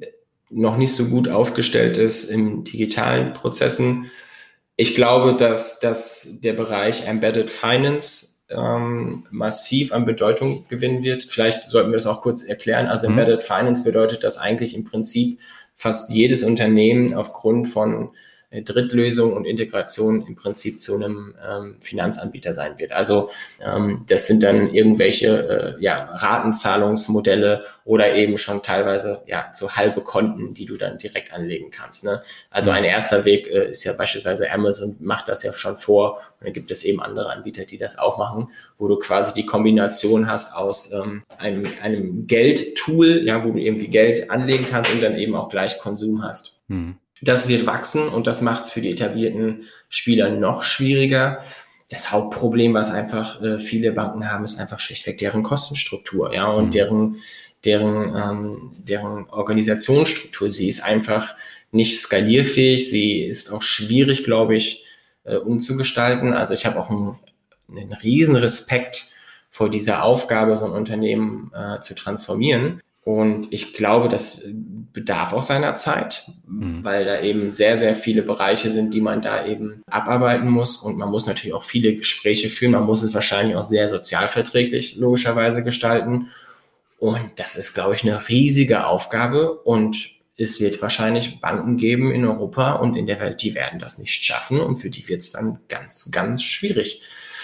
noch nicht so gut aufgestellt ist in digitalen Prozessen. Ich glaube, dass, dass der Bereich Embedded Finance ähm, massiv an Bedeutung gewinnen wird. Vielleicht sollten wir das auch kurz erklären. Also mhm. Embedded Finance bedeutet, dass eigentlich im Prinzip fast jedes Unternehmen aufgrund von Drittlösung und Integration im Prinzip zu einem ähm, Finanzanbieter sein wird. Also ähm, das sind dann irgendwelche äh, ja, Ratenzahlungsmodelle oder eben schon teilweise ja so halbe Konten, die du dann direkt anlegen kannst. Ne? Also ein erster Weg äh, ist ja beispielsweise Amazon macht das ja schon vor und dann gibt es eben andere Anbieter, die das auch machen, wo du quasi die Kombination hast aus ähm, einem, einem Geldtool, ja, wo du irgendwie Geld anlegen kannst und dann eben auch gleich Konsum hast. Mhm. Das wird wachsen und das macht es für die etablierten Spieler noch schwieriger. Das Hauptproblem, was einfach äh, viele Banken haben, ist einfach schlichtweg deren Kostenstruktur, ja, und mhm. deren deren ähm, deren Organisationsstruktur. Sie ist einfach nicht skalierfähig. Sie ist auch schwierig, glaube ich, äh, umzugestalten. Also ich habe auch einen, einen riesen Respekt vor dieser Aufgabe, so ein Unternehmen äh, zu transformieren. Und ich glaube, das bedarf auch seiner Zeit, mhm. weil da eben sehr, sehr viele Bereiche sind, die man da eben abarbeiten muss. Und man muss natürlich auch viele Gespräche führen. Man muss es wahrscheinlich auch sehr sozialverträglich logischerweise gestalten. Und das ist, glaube ich, eine riesige Aufgabe. Und es wird wahrscheinlich Banken geben in Europa und in der Welt, die werden das nicht schaffen. Und für die wird es dann ganz, ganz schwierig.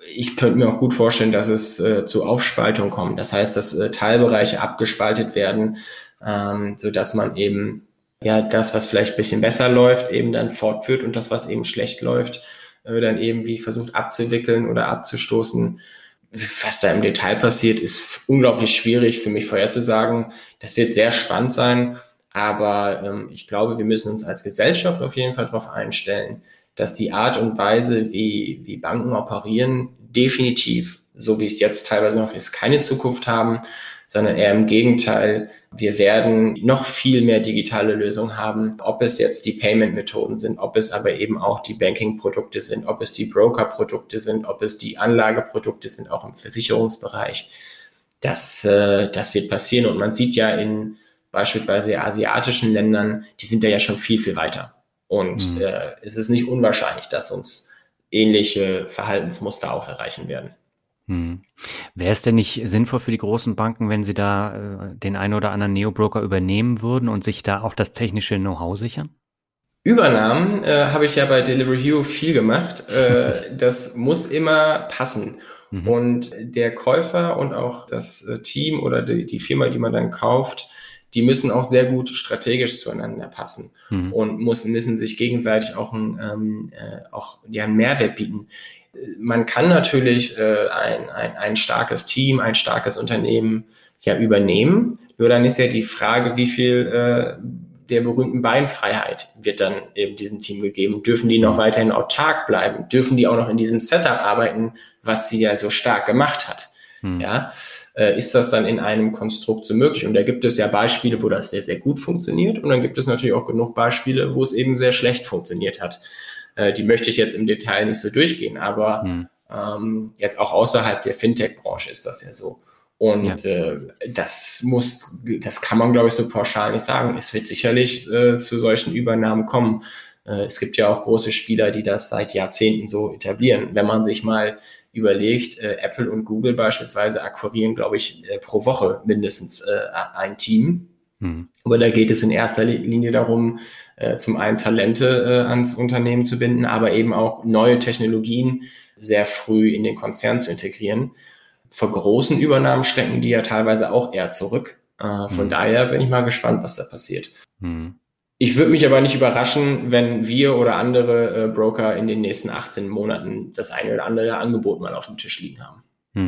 ich könnte mir auch gut vorstellen, dass es äh, zu Aufspaltung kommt. Das heißt, dass äh, Teilbereiche abgespaltet werden, ähm, so dass man eben ja das, was vielleicht ein bisschen besser läuft, eben dann fortführt und das, was eben schlecht läuft, äh, dann eben wie versucht abzuwickeln oder abzustoßen. Was da im Detail passiert, ist unglaublich schwierig für mich vorherzusagen. Das wird sehr spannend sein, aber ähm, ich glaube, wir müssen uns als Gesellschaft auf jeden Fall darauf einstellen, dass die Art und Weise, wie, wie Banken operieren, definitiv, so wie es jetzt teilweise noch ist, keine Zukunft haben, sondern eher im Gegenteil. Wir werden noch viel mehr digitale Lösungen haben, ob es jetzt die Payment-Methoden sind, ob es aber eben auch die Banking-Produkte sind, ob es die Broker-Produkte sind, ob es die Anlageprodukte sind, auch im Versicherungsbereich. Das, äh, das wird passieren und man sieht ja in beispielsweise asiatischen Ländern, die sind da ja schon viel, viel weiter. Und mhm. äh, es ist nicht unwahrscheinlich, dass uns ähnliche Verhaltensmuster auch erreichen werden. Hm. Wäre es denn nicht sinnvoll für die großen Banken, wenn sie da äh, den einen oder anderen Neo-Broker übernehmen würden und sich da auch das technische Know-how sichern? Übernahmen äh, habe ich ja bei Delivery Hero viel gemacht. Äh, das muss immer passen. Mhm. Und der Käufer und auch das äh, Team oder die, die Firma, die man dann kauft, die müssen auch sehr gut strategisch zueinander passen mhm. und müssen, müssen sich gegenseitig auch, ein, ähm, äh, auch ja, einen Mehrwert bieten. Man kann natürlich äh, ein, ein, ein starkes Team, ein starkes Unternehmen ja übernehmen. Nur dann ist ja die Frage, wie viel äh, der berühmten Beinfreiheit wird dann eben diesem Team gegeben. Dürfen die noch weiterhin autark bleiben? Dürfen die auch noch in diesem Setup arbeiten, was sie ja so stark gemacht hat? Hm. Ja, äh, ist das dann in einem Konstrukt so möglich? Und da gibt es ja Beispiele, wo das sehr, sehr gut funktioniert. Und dann gibt es natürlich auch genug Beispiele, wo es eben sehr schlecht funktioniert hat. Die möchte ich jetzt im Detail nicht so durchgehen, aber hm. ähm, jetzt auch außerhalb der Fintech-Branche ist das ja so. Und ja. äh, das muss, das kann man, glaube ich, so pauschal nicht sagen. Es wird sicherlich äh, zu solchen Übernahmen kommen. Äh, es gibt ja auch große Spieler, die das seit Jahrzehnten so etablieren. Wenn man sich mal überlegt, äh, Apple und Google beispielsweise akquirieren, glaube ich, äh, pro Woche mindestens äh, ein Team. Hm. Aber da geht es in erster Linie darum, äh, zum einen Talente äh, ans Unternehmen zu binden, aber eben auch neue Technologien sehr früh in den Konzern zu integrieren. Vor großen Übernahmen schrecken die ja teilweise auch eher zurück. Äh, von hm. daher bin ich mal gespannt, was da passiert. Hm. Ich würde mich aber nicht überraschen, wenn wir oder andere äh, Broker in den nächsten achtzehn Monaten das eine oder andere Angebot mal auf dem Tisch liegen haben.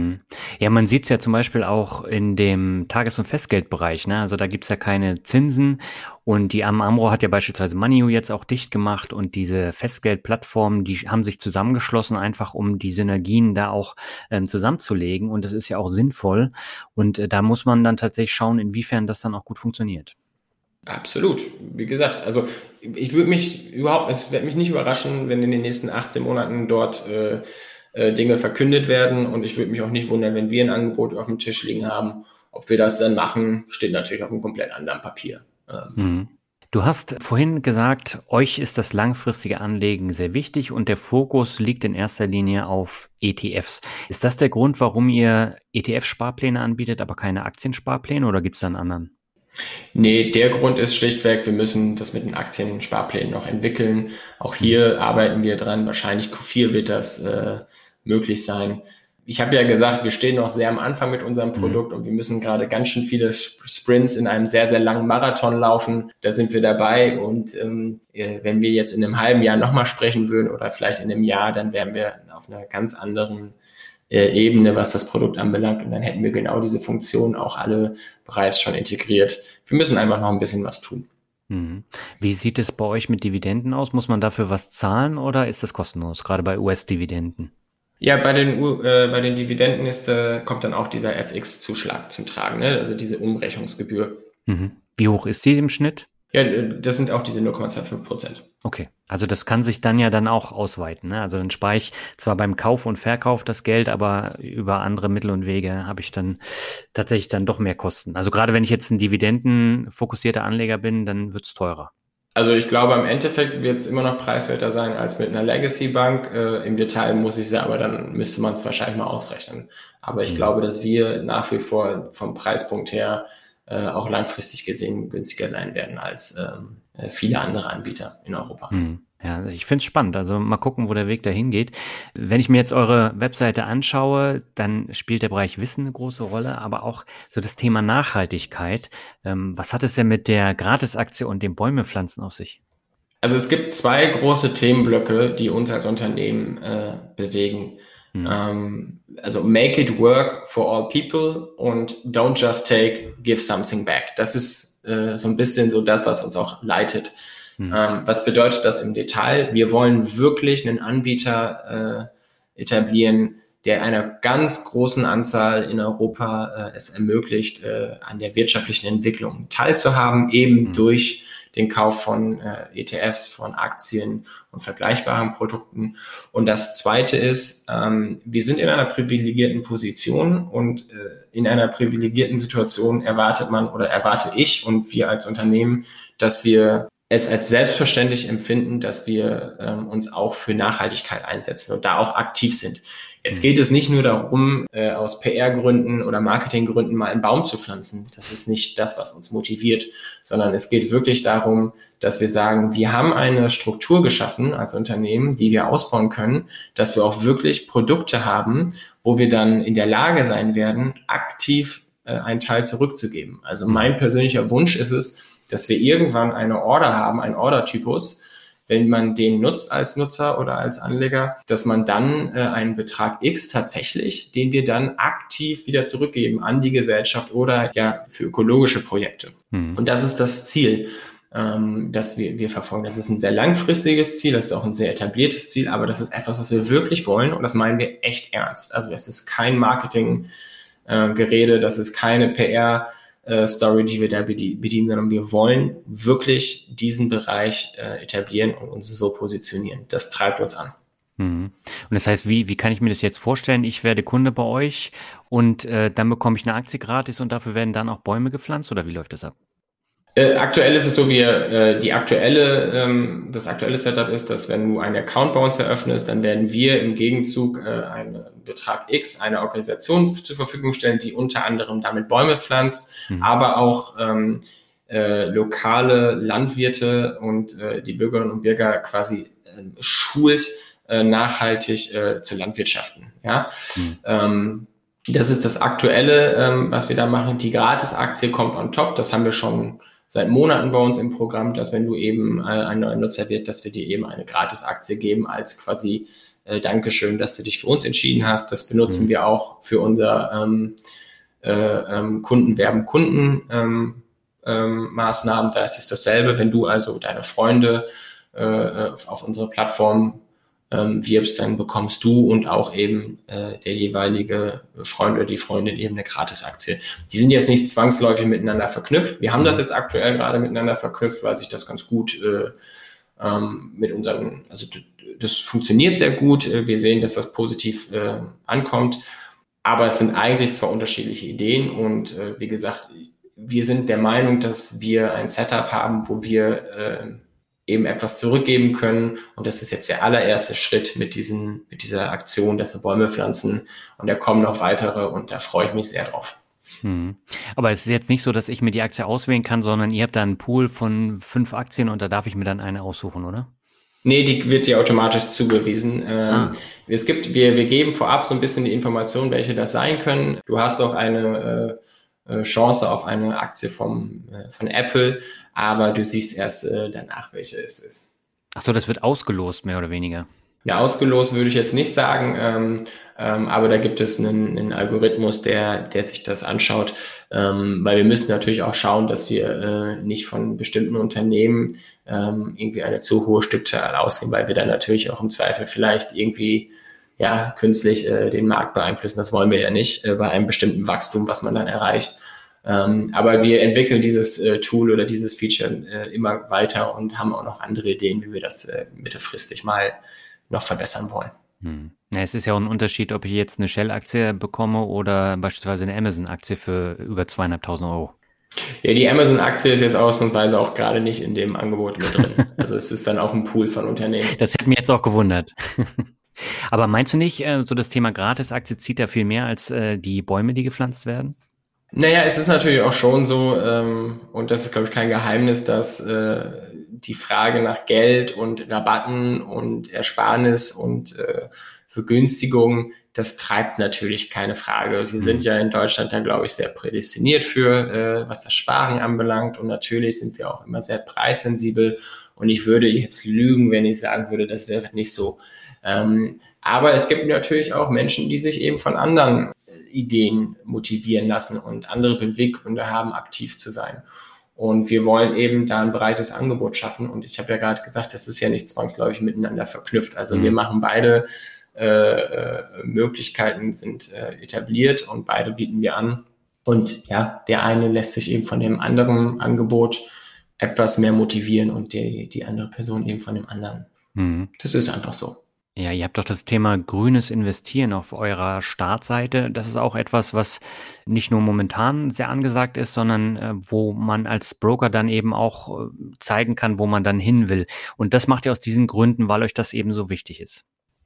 Ja, man sieht es ja zum Beispiel auch in dem Tages- und Festgeldbereich, ne? Also da gibt's ja keine Zinsen und die Amro hat ja beispielsweise Moneyou jetzt auch dicht gemacht und diese Festgeldplattformen, die haben sich zusammengeschlossen, einfach um die Synergien da auch ähm, zusammenzulegen und das ist ja auch sinnvoll und äh, da muss man dann tatsächlich schauen, inwiefern das dann auch gut funktioniert. Absolut. Wie gesagt, also ich würde mich überhaupt, es wird mich nicht überraschen, wenn in den nächsten achtzehn Monaten dort äh, Dinge verkündet werden und ich würde mich auch nicht wundern, wenn wir ein Angebot auf dem Tisch liegen haben. Ob wir das dann machen, steht natürlich auf einem komplett anderen Papier. Mhm. Du hast vorhin gesagt, euch ist das langfristige Anlegen sehr wichtig und der Fokus liegt in erster Linie auf E T Fs. Ist das der Grund, warum ihr E T F-Sparpläne anbietet, aber keine Aktiensparpläne oder gibt es da einen anderen? Nee, der Grund ist schlichtweg, wir müssen das mit den Aktiensparplänen noch entwickeln. Auch hier mhm. arbeiten wir dran. Wahrscheinlich Q vier wird das äh, möglich sein. Ich habe ja gesagt, wir stehen noch sehr am Anfang mit unserem Produkt mhm. und wir müssen gerade ganz schön viele Sprints in einem sehr, sehr langen Marathon laufen. Da sind wir dabei und ähm, wenn wir jetzt in einem halben Jahr nochmal sprechen würden oder vielleicht in einem Jahr, dann wären wir auf einer ganz anderen äh, Ebene, was das Produkt anbelangt und dann hätten wir genau diese Funktionen auch alle bereits schon integriert. Wir müssen einfach noch ein bisschen was tun. Mhm. Wie sieht es bei euch mit Dividenden aus? Muss man dafür was zahlen oder ist das kostenlos, gerade bei U S-Dividenden? Ja, bei den äh, bei den Dividenden ist äh, kommt dann auch dieser F X-Zuschlag zum Tragen, ne? Also diese Umrechnungsgebühr. Mhm. Wie hoch ist die im Schnitt? Ja, das sind auch diese null Komma fünfundzwanzig Prozent. Okay, also das kann sich dann ja dann auch ausweiten, ne? Also dann spare ich zwar beim Kauf und Verkauf das Geld, aber über andere Mittel und Wege habe ich dann tatsächlich dann doch mehr Kosten. Also gerade wenn ich jetzt ein dividendenfokussierter Anleger bin, dann wird's teurer. Also ich glaube, im Endeffekt wird es immer noch preiswerter sein als mit einer Legacy-Bank. Äh, Im Detail muss ich es aber dann, müsste man es wahrscheinlich mal ausrechnen. Aber ich mhm. glaube, dass wir nach wie vor vom Preispunkt her äh, auch langfristig gesehen günstiger sein werden als ähm, viele andere Anbieter in Europa. Mhm. Ja, ich finde es spannend. Also mal gucken, wo der Weg dahin geht. Wenn ich mir jetzt eure Webseite anschaue, dann spielt der Bereich Wissen eine große Rolle, aber auch so das Thema Nachhaltigkeit. Ähm, was hat es denn mit der Gratisaktie und dem Bäume pflanzen auf sich? Also es gibt zwei große Themenblöcke, die uns als Unternehmen äh, bewegen. Mhm. Ähm, also Make it work for all people und Don't just take, give something back. Das ist äh, so ein bisschen so das, was uns auch leitet. Mhm. Ähm, was bedeutet das im Detail? Wir wollen wirklich einen Anbieter äh, etablieren, der einer ganz großen Anzahl in Europa äh, es ermöglicht, äh, an der wirtschaftlichen Entwicklung teilzuhaben, eben mhm. durch den Kauf von äh, E T Fs, von Aktien und vergleichbaren Produkten. Und das Zweite ist, ähm, wir sind in einer privilegierten Position und äh, in einer privilegierten Situation erwartet man oder erwarte ich und wir als Unternehmen, dass wir es als selbstverständlich empfinden, dass wir ähm, uns auch für Nachhaltigkeit einsetzen und da auch aktiv sind. Jetzt geht es nicht nur darum, äh, aus P R-Gründen oder Marketinggründen mal einen Baum zu pflanzen. Das ist nicht das, was uns motiviert, sondern es geht wirklich darum, dass wir sagen, wir haben eine Struktur geschaffen als Unternehmen, die wir ausbauen können, dass wir auch wirklich Produkte haben, wo wir dann in der Lage sein werden, aktiv äh, einen Teil zurückzugeben. Also mein persönlicher Wunsch ist es, dass wir irgendwann eine Order haben, einen Ordertypus, wenn man den nutzt als Nutzer oder als Anleger, dass man dann äh, einen Betrag X tatsächlich, den wir dann aktiv wieder zurückgeben an die Gesellschaft oder ja für ökologische Projekte. Mhm. Und das ist das Ziel, ähm, das wir, wir verfolgen. Das ist ein sehr langfristiges Ziel, das ist auch ein sehr etabliertes Ziel, aber das ist etwas, was wir wirklich wollen und das meinen wir echt ernst. Also das ist kein Marketing-Gerede, äh, das ist keine P R- Story, die wir da bedienen, sondern wir wollen wirklich diesen Bereich äh, etablieren und uns so positionieren. Das treibt uns an. Mhm. Und das heißt, wie, wie kann ich mir das jetzt vorstellen? Ich werde Kunde bei euch und äh, dann bekomme ich eine Aktie gratis und dafür werden dann auch Bäume gepflanzt oder wie läuft das ab? Äh, aktuell ist es so, wie äh, die aktuelle, ähm, das aktuelle Setup ist, dass wenn du einen Account bei uns eröffnest, dann werden wir im Gegenzug äh, einen Betrag X einer Organisation zur Verfügung stellen, die unter anderem damit Bäume pflanzt, mhm. aber auch ähm, äh, lokale Landwirte und äh, die Bürgerinnen und Bürger quasi äh, schult, äh, nachhaltig äh, zu landwirtschaften. Ja. Mhm. Ähm, das ist das Aktuelle, ähm, was wir da machen. Die Gratis-Aktie kommt on top, das haben wir schon seit Monaten bei uns im Programm, dass wenn du eben äh, ein neuer Nutzer wird, dass wir dir eben eine Gratis-Aktie geben als quasi äh, Dankeschön, dass du dich für uns entschieden hast. Das benutzen mhm. wir auch für unser ähm, äh, ähm, Kundenwerben, Kunden ähm, ähm, Maßnahmen. Da ist es dasselbe, wenn du also deine Freunde äh, auf unserer Plattform ähm, wirbst, dann bekommst du und auch eben äh, der jeweilige Freund oder die Freundin eben eine Gratisaktie. Die sind jetzt nicht zwangsläufig miteinander verknüpft. Wir haben das jetzt aktuell gerade miteinander verknüpft, weil sich das ganz gut äh, ähm, mit unseren, also das funktioniert sehr gut. Wir sehen, dass das positiv äh, ankommt. Aber es sind eigentlich zwei unterschiedliche Ideen und äh, wie gesagt, wir sind der Meinung, dass wir ein Setup haben, wo wir äh, eben etwas zurückgeben können. Und das ist jetzt der allererste Schritt mit diesen, mit dieser Aktion, dass wir Bäume pflanzen. Und da kommen noch weitere und da freue ich mich sehr drauf. Hm. Aber es ist jetzt nicht so, dass ich mir die Aktie auswählen kann, sondern ihr habt da einen Pool von fünf Aktien und da darf ich mir dann eine aussuchen, oder? Nee, die wird dir automatisch zugewiesen. Ähm, ah. Es gibt, wir, wir geben vorab so ein bisschen die Information, welche das sein können. Du hast auch eine äh, Chance auf eine Aktie vom, äh, von Apple, aber du siehst erst äh, danach, welche es ist. Ach so, das wird ausgelost, mehr oder weniger? Ja, ausgelost würde ich jetzt nicht sagen, ähm, ähm, aber da gibt es einen, einen Algorithmus, der, der sich das anschaut, ähm, weil wir müssen natürlich auch schauen, dass wir äh, nicht von bestimmten Unternehmen ähm, irgendwie eine zu hohe Stückzahl ausgeben, weil wir dann natürlich auch im Zweifel vielleicht irgendwie ja künstlich äh, den Markt beeinflussen. Das wollen wir ja nicht äh, bei einem bestimmten Wachstum, was man dann erreicht. Ähm, aber wir entwickeln dieses äh, Tool oder dieses Feature äh, immer weiter und haben auch noch andere Ideen, wie wir das äh, mittelfristig mal noch verbessern wollen. Hm. Ja, es ist ja auch ein Unterschied, ob ich jetzt eine Shell-Aktie bekomme oder beispielsweise eine Amazon-Aktie für über zweieinhalbtausend Euro. Ja, die Amazon-Aktie ist jetzt ausnahmsweise auch gerade nicht in dem Angebot mit drin. Also es ist dann auch ein Pool von Unternehmen. Das hätte mich jetzt auch gewundert. Aber meinst du nicht, so das Thema Gratis-Aktie zieht ja viel mehr als äh, die Bäume, die gepflanzt werden? Naja, es ist natürlich auch schon so, ähm, und das ist, glaube ich, kein Geheimnis, dass äh, die Frage nach Geld und Rabatten und Ersparnis und äh, Vergünstigungen, das treibt natürlich keine Frage. Wir sind ja in Deutschland da, glaube ich, sehr prädestiniert für, äh, was das Sparen anbelangt. Und natürlich sind wir auch immer sehr preissensibel. Und ich würde jetzt lügen, wenn ich sagen würde, das wäre nicht so. Ähm, aber es gibt natürlich auch Menschen, die sich eben von anderen Ideen motivieren lassen und andere Beweggründe haben, aktiv zu sein. Und wir wollen eben da ein breites Angebot schaffen. Und ich habe ja gerade gesagt, das ist ja nicht zwangsläufig miteinander verknüpft. Also mhm. wir machen beide äh, Möglichkeiten, sind äh, etabliert und beide bieten wir an. Und ja, der eine lässt sich eben von dem anderen Angebot etwas mehr motivieren und die, die andere Person eben von dem anderen. Mhm. Das ist einfach so. Ja, ihr habt doch das Thema grünes Investieren auf eurer Startseite. Das ist auch etwas, was nicht nur momentan sehr angesagt ist, sondern äh, wo man als Broker dann eben auch äh, zeigen kann, wo man dann hin will. Und das macht ihr aus diesen Gründen, weil euch das eben so wichtig ist.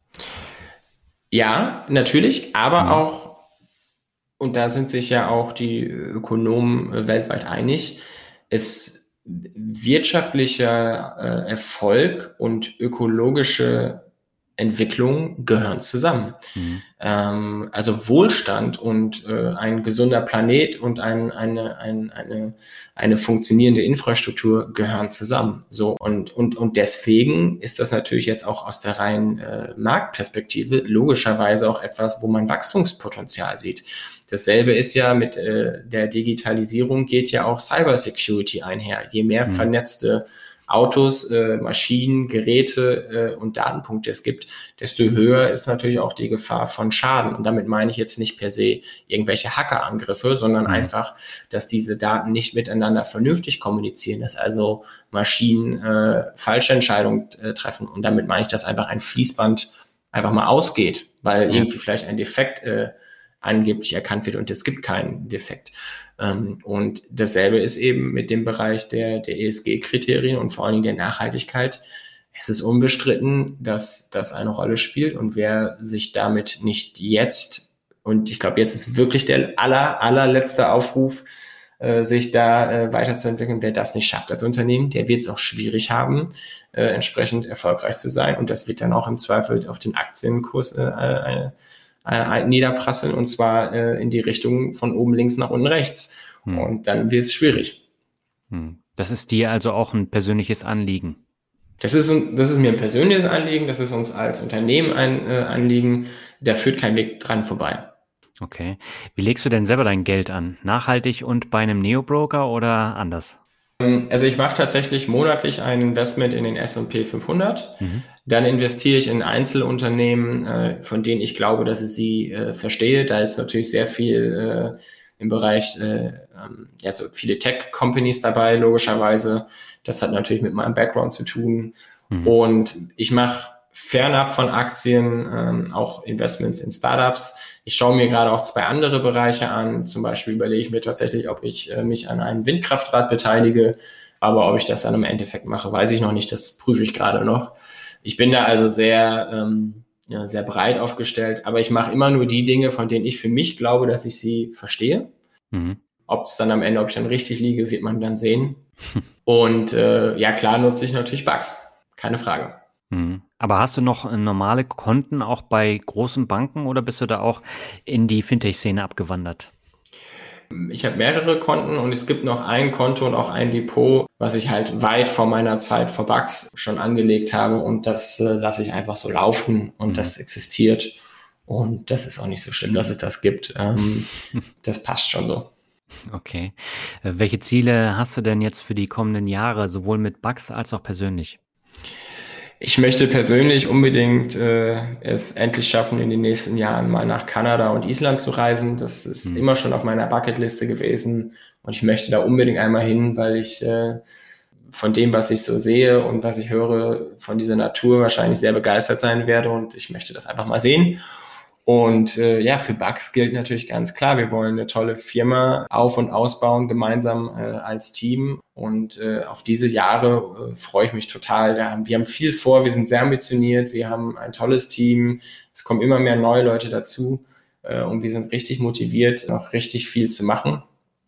Ja, natürlich, aber mhm. auch, und da sind sich ja auch die Ökonomen weltweit einig, es wirtschaftlicher äh, Erfolg und ökologische Entwicklung gehören zusammen. Mhm. Ähm, also Wohlstand und äh, ein gesunder Planet und ein, eine, ein, eine, eine funktionierende Infrastruktur gehören zusammen. So und, und, und deswegen ist das natürlich jetzt auch aus der reinen äh, Marktperspektive logischerweise auch etwas, wo man Wachstumspotenzial sieht. Dasselbe ist ja mit äh, der Digitalisierung geht ja auch Cybersecurity einher. Je mehr mhm. vernetzte Autos, äh, Maschinen, Geräte äh, und Datenpunkte es gibt, desto höher ist natürlich auch die Gefahr von Schaden. Und damit meine ich jetzt nicht per se irgendwelche Hackerangriffe, sondern mhm. einfach, dass diese Daten nicht miteinander vernünftig kommunizieren, dass also Maschinen äh, falsche Entscheidungen äh, treffen. Und damit meine ich, dass einfach ein Fließband einfach mal ausgeht, weil mhm. irgendwie vielleicht ein Defekt äh, angeblich erkannt wird und es gibt keinen Defekt. Und dasselbe ist eben mit dem Bereich der, der E S G-Kriterien und vor allen Dingen der Nachhaltigkeit. Es ist unbestritten, dass das eine Rolle spielt und wer sich damit nicht jetzt, und ich glaube, jetzt ist wirklich der aller, allerletzte Aufruf, äh, sich da äh, weiterzuentwickeln, wer das nicht schafft als Unternehmen, der wird es auch schwierig haben, äh, entsprechend erfolgreich zu sein und das wird dann auch im Zweifel auf den Aktienkurs äh, eine Äh, niederprasseln und zwar äh, in die Richtung von oben links nach unten rechts. Hm. Und dann wird es schwierig. Hm. Das ist dir also auch ein persönliches Anliegen? Das ist, das ist mir ein persönliches Anliegen, das ist uns als Unternehmen ein äh, Anliegen. Da führt kein Weg dran vorbei. Okay. Wie legst du denn selber dein Geld an? Nachhaltig und bei einem Neobroker oder anders? Also ich mache tatsächlich monatlich ein Investment in den S und P fünfhundert. Mhm. Dann investiere ich in Einzelunternehmen, äh, von denen ich glaube, dass ich sie äh, verstehe. Da ist natürlich sehr viel äh, im Bereich, äh, ja, so viele Tech-Companies dabei, logischerweise. Das hat natürlich mit meinem Background zu tun. Mhm. Und ich mache fernab von Aktien ähm, auch Investments in Startups. Ich schaue mir gerade auch zwei andere Bereiche an. Zum Beispiel überlege ich mir tatsächlich, ob ich äh, mich an einem Windkraftrad beteilige. Aber ob ich das dann im Endeffekt mache, weiß ich noch nicht. Das prüfe ich gerade noch. Ich bin da also sehr, ähm, ja, sehr breit aufgestellt. Aber ich mache immer nur die Dinge, von denen ich für mich glaube, dass ich sie verstehe. Mhm. Ob es dann am Ende, ob ich dann richtig liege, wird man dann sehen. Und äh, ja, klar nutze ich natürlich Bugs. Keine Frage. Mhm. Aber hast du noch normale Konten auch bei großen Banken oder bist du da auch in die Fintech-Szene abgewandert? Ich habe mehrere Konten und es gibt noch ein Konto und auch ein Depot, was ich halt weit vor meiner Zeit vor Bugs schon angelegt habe und das äh, lasse ich einfach so laufen und mhm. das existiert und das ist auch nicht so schlimm, dass es das gibt. Ähm, das passt schon so. Okay. Äh, welche Ziele hast du denn jetzt für die kommenden Jahre, sowohl mit Bugs als auch persönlich? Ich möchte persönlich unbedingt äh, es endlich schaffen, in den nächsten Jahren mal nach Kanada und Island zu reisen. Das ist mhm. immer schon auf meiner Bucketliste gewesen und ich möchte da unbedingt einmal hin, weil ich äh, von dem, was ich so sehe und was ich höre, von dieser Natur wahrscheinlich sehr begeistert sein werde und ich möchte das einfach mal sehen. Und äh, ja, für Bugs gilt natürlich ganz klar, wir wollen eine tolle Firma auf- und ausbauen, gemeinsam äh, als Team. Und äh, auf diese Jahre äh, freue ich mich total. Da haben, wir haben viel vor, wir sind sehr ambitioniert, wir haben ein tolles Team, es kommen immer mehr neue Leute dazu äh, und wir sind richtig motiviert, noch richtig viel zu machen.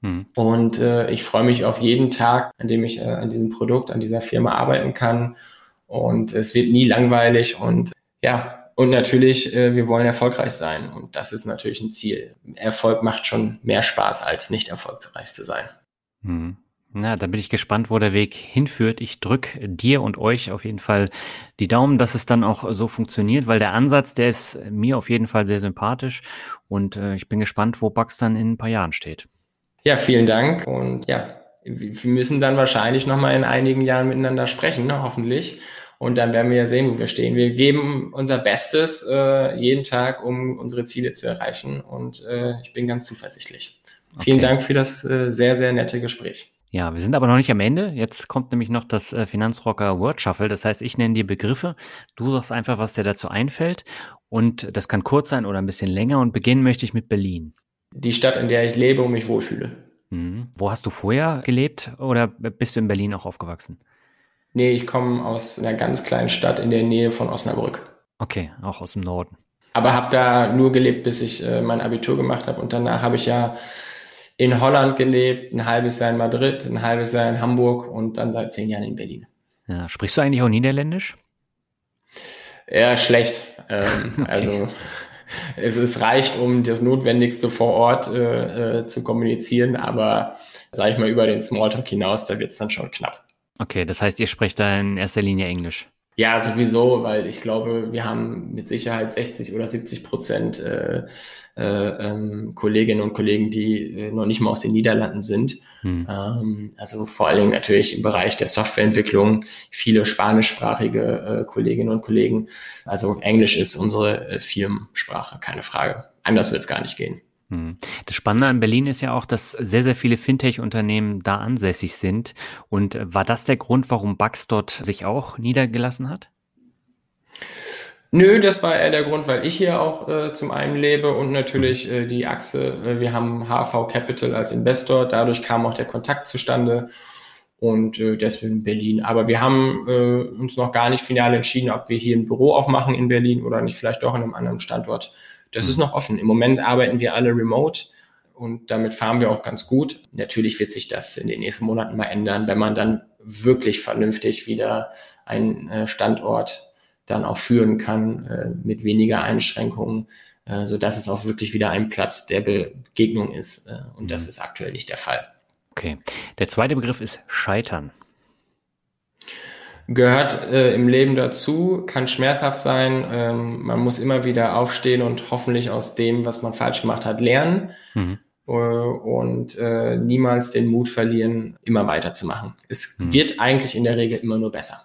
Mhm. Und äh, ich freue mich auf jeden Tag, an dem ich äh, an diesem Produkt, an dieser Firma arbeiten kann. Und es wird nie langweilig. Und ja, und natürlich, äh, wir wollen erfolgreich sein. Und das ist natürlich ein Ziel. Erfolg macht schon mehr Spaß, als nicht erfolgreich zu sein. Mhm. Na, dann bin ich gespannt, wo der Weg hinführt. Ich drücke dir und euch auf jeden Fall die Daumen, dass es dann auch so funktioniert, weil der Ansatz, der ist mir auf jeden Fall sehr sympathisch. Und äh, ich bin gespannt, wo Bugs dann in ein paar Jahren steht. Ja, vielen Dank. Und ja, wir müssen dann wahrscheinlich nochmal in einigen Jahren miteinander sprechen, ne, hoffentlich. Und dann werden wir ja sehen, wo wir stehen. Wir geben unser Bestes äh, jeden Tag, um unsere Ziele zu erreichen. Und äh, ich bin ganz zuversichtlich. Okay. Vielen Dank für das äh, sehr, sehr nette Gespräch. Ja, wir sind aber noch nicht am Ende. Jetzt kommt nämlich noch das äh, Finanzrocker Word Shuffle. Das heißt, ich nenne dir Begriffe. Du sagst einfach, was dir dazu einfällt. Und das kann kurz sein oder ein bisschen länger. Und beginnen möchte ich mit Berlin. Die Stadt, in der ich lebe und mich wohlfühle. Mhm. Wo hast du vorher gelebt oder bist du in Berlin auch aufgewachsen? Nee, ich komme aus einer ganz kleinen Stadt in der Nähe von Osnabrück. Okay, auch aus dem Norden. Aber habe da nur gelebt, bis ich äh, mein Abitur gemacht habe. Und danach habe ich ja in Holland gelebt, ein halbes Jahr in Madrid, ein halbes Jahr in Hamburg und dann seit zehn Jahren in Berlin. Ja, sprichst du eigentlich auch Niederländisch? Ja, schlecht. Ähm, okay. Also es, es reicht, um das Notwendigste vor Ort äh, äh, zu kommunizieren, aber sage ich mal über den Smalltalk hinaus, da wird es dann schon knapp. Okay, das heißt, ihr sprecht da in erster Linie Englisch? Ja, sowieso, weil ich glaube, wir haben mit Sicherheit sechzig oder siebzig Prozent äh, äh, ähm, Kolleginnen und Kollegen, die äh, noch nicht mal aus den Niederlanden sind. Hm. Ähm, also vor allen Dingen natürlich im Bereich der Softwareentwicklung viele spanischsprachige äh, Kolleginnen und Kollegen. Also Englisch ist unsere äh, Firmensprache, keine Frage. Anders wird es gar nicht gehen. Das Spannende an Berlin ist ja auch, dass sehr, sehr viele Fintech-Unternehmen da ansässig sind. Und war das der Grund, warum Bugs dort sich auch niedergelassen hat? Nö, das war eher der Grund, weil ich hier auch äh, zum einen lebe und natürlich äh, die Achse, äh, wir haben H V Capital als Investor, dadurch kam auch der Kontakt zustande und äh, deswegen Berlin. Aber wir haben äh, uns noch gar nicht final entschieden, ob wir hier ein Büro aufmachen in Berlin oder nicht vielleicht doch in einem anderen Standort. Das ist noch offen. Im Moment arbeiten wir alle remote und damit fahren wir auch ganz gut. Natürlich wird sich das in den nächsten Monaten mal ändern, wenn man dann wirklich vernünftig wieder einen Standort dann auch führen kann, mit weniger Einschränkungen, sodass es auch wirklich wieder ein Platz der Begegnung ist. Und das ist aktuell nicht der Fall. Okay. Der zweite Begriff ist Scheitern. Gehört äh, im Leben dazu, kann schmerzhaft sein. Ähm, man muss immer wieder aufstehen und hoffentlich aus dem, was man falsch gemacht hat, lernen. Mhm. Äh, und äh, niemals den Mut verlieren, immer weiterzumachen. Es mhm. wird eigentlich in der Regel immer nur besser.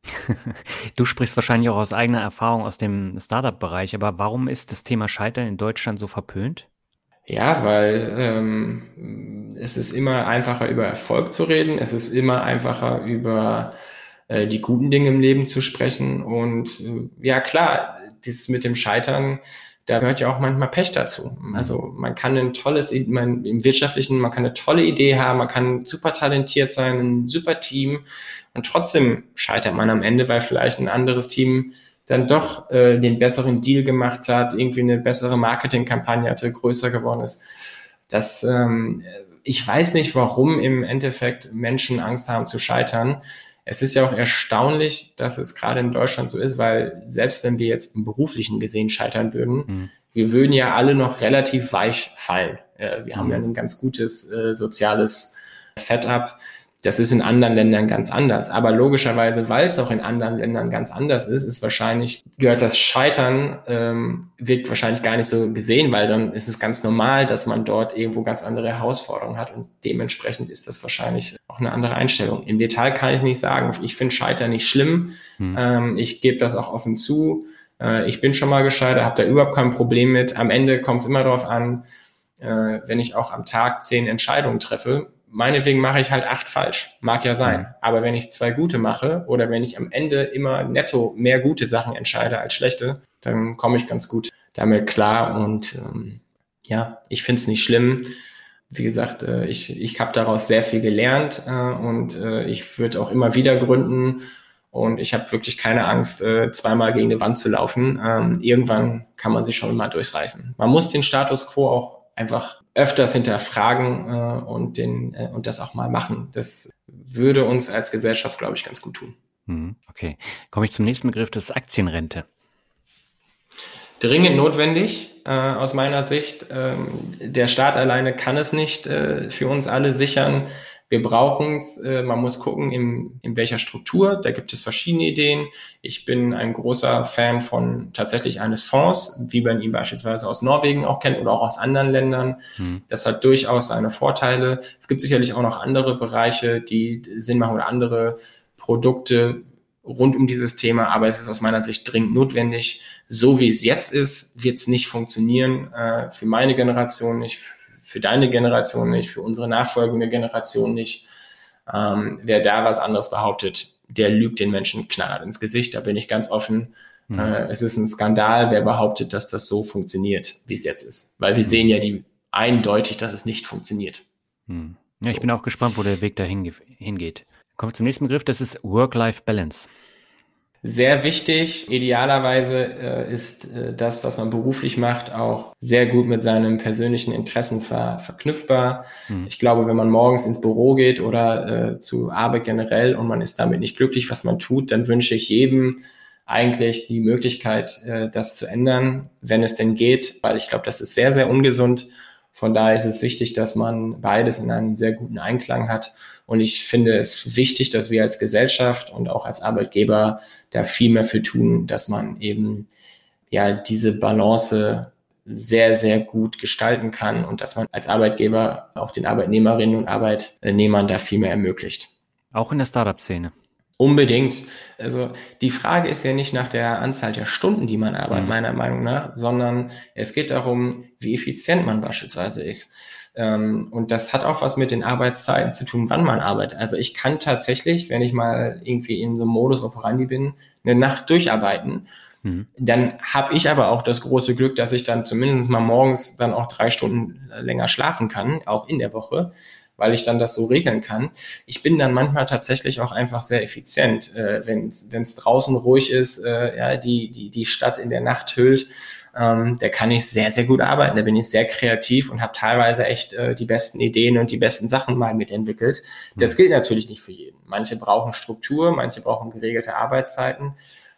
Du sprichst wahrscheinlich auch aus eigener Erfahrung aus dem Startup-Bereich, aber warum ist das Thema Scheitern in Deutschland so verpönt? Ja, weil ähm, es ist immer einfacher, über Erfolg zu reden. Es ist immer einfacher, über die guten Dinge im Leben zu sprechen. Und ja, klar, das mit dem Scheitern, da gehört ja auch manchmal Pech dazu. Also man kann ein tolles, man, im Wirtschaftlichen, man kann eine tolle Idee haben, man kann super talentiert sein, ein super Team und trotzdem scheitert man am Ende, weil vielleicht ein anderes Team dann doch äh, den besseren Deal gemacht hat, irgendwie eine bessere Marketingkampagne hatte, größer geworden ist. Das, ähm, ich weiß nicht, warum im Endeffekt Menschen Angst haben zu scheitern. Es ist ja auch erstaunlich, dass es gerade in Deutschland so ist, weil selbst wenn wir jetzt im Beruflichen gesehen scheitern würden, mhm. wir würden ja alle noch relativ weich fallen. Äh, wir mhm. haben ja ein ganz gutes äh, soziales Setup. Das ist in anderen Ländern ganz anders. Aber logischerweise, weil es auch in anderen Ländern ganz anders ist, ist wahrscheinlich, gehört das Scheitern, ähm, wird wahrscheinlich gar nicht so gesehen, weil dann ist es ganz normal, dass man dort irgendwo ganz andere Herausforderungen hat und dementsprechend ist das wahrscheinlich auch eine andere Einstellung. Im Detail kann ich nicht sagen. Ich finde Scheitern nicht schlimm. Hm. Ähm, ich gebe das auch offen zu. Äh, ich bin schon mal gescheitert, habe da überhaupt kein Problem mit. Am Ende kommt es immer darauf an, äh, wenn ich auch am Tag zehn Entscheidungen treffe, meinetwegen mache ich halt acht falsch. Mag ja sein. Aber wenn ich zwei gute mache oder wenn ich am Ende immer netto mehr gute Sachen entscheide als schlechte, dann komme ich ganz gut damit klar. Und ähm, ja, ich finde es nicht schlimm. Wie gesagt, äh, ich, ich habe daraus sehr viel gelernt äh, und äh, ich würde auch immer wieder gründen. Und ich habe wirklich keine Angst, äh, zweimal gegen die Wand zu laufen. Ähm, irgendwann kann man sich schon mal durchreißen. Man muss den Status quo auch einfach öfters hinterfragen äh, und, den, äh, und das auch mal machen. Das würde uns als Gesellschaft, glaube ich, ganz gut tun. Okay, komme ich zum nächsten Begriff, das ist Aktienrente. Dringend notwendig, äh, aus meiner Sicht. Ähm, der Staat alleine kann es nicht äh, für uns alle sichern. Wir brauchen es. Äh, man muss gucken, in, in welcher Struktur. Da gibt es verschiedene Ideen. Ich bin ein großer Fan von tatsächlich eines Fonds, wie man ihn beispielsweise aus Norwegen auch kennt oder auch aus anderen Ländern. Mhm. Das hat durchaus seine Vorteile. Es gibt sicherlich auch noch andere Bereiche, die Sinn machen oder andere Produkte rund um dieses Thema, aber es ist aus meiner Sicht dringend notwendig. So wie es jetzt ist, wird es nicht funktionieren, äh, für meine Generation nicht, für deine Generation nicht, für unsere nachfolgende Generation nicht. Ähm, wer da was anderes behauptet, der lügt den Menschen knallhart ins Gesicht, da bin ich ganz offen. Mhm. Äh, es ist ein Skandal, wer behauptet, dass das so funktioniert, wie es jetzt ist. Weil wir mhm. sehen ja die eindeutig, dass es nicht funktioniert. Mhm. Ja, ich so. bin auch gespannt, wo der Weg dahin hingeht. Kommen wir zum nächsten Begriff, das ist Work-Life-Balance. Sehr wichtig. Idealerweise äh, ist äh, das, was man beruflich macht, auch sehr gut mit seinen persönlichen Interessen ver- verknüpfbar. Hm. Ich glaube, wenn man morgens ins Büro geht oder äh, zu Arbeit generell und man ist damit nicht glücklich, was man tut, dann wünsche ich jedem eigentlich die Möglichkeit, äh, das zu ändern, wenn es denn geht, weil ich glaube, das ist sehr, sehr ungesund. Von daher ist es wichtig, dass man beides in einem sehr guten Einklang hat. Und ich finde es wichtig, dass wir als Gesellschaft und auch als Arbeitgeber da viel mehr für tun, dass man eben ja diese Balance sehr, sehr gut gestalten kann und dass man als Arbeitgeber auch den Arbeitnehmerinnen und Arbeitnehmern da viel mehr ermöglicht. Auch in der Startup-Szene. Unbedingt. Also die Frage ist ja nicht nach der Anzahl der Stunden, die man arbeitet, mhm. meiner Meinung nach, sondern es geht darum, wie effizient man beispielsweise ist. Und das hat auch was mit den Arbeitszeiten zu tun, wann man arbeitet. Also ich kann tatsächlich, wenn ich mal irgendwie in so einem Modus operandi bin, eine Nacht durcharbeiten. Mhm. Dann habe ich aber auch das große Glück, dass ich dann zumindest mal morgens dann auch drei Stunden länger schlafen kann, auch in der Woche, weil ich dann das so regeln kann. Ich bin dann manchmal tatsächlich auch einfach sehr effizient, äh, wenn es draußen ruhig ist, äh, ja, die, die, die Stadt in der Nacht hüllt. Ähm, da kann ich sehr, sehr gut arbeiten. Da bin ich sehr kreativ und habe teilweise echt äh, die besten Ideen und die besten Sachen mal mitentwickelt. Das mhm. gilt natürlich nicht für jeden. Manche brauchen Struktur, manche brauchen geregelte Arbeitszeiten.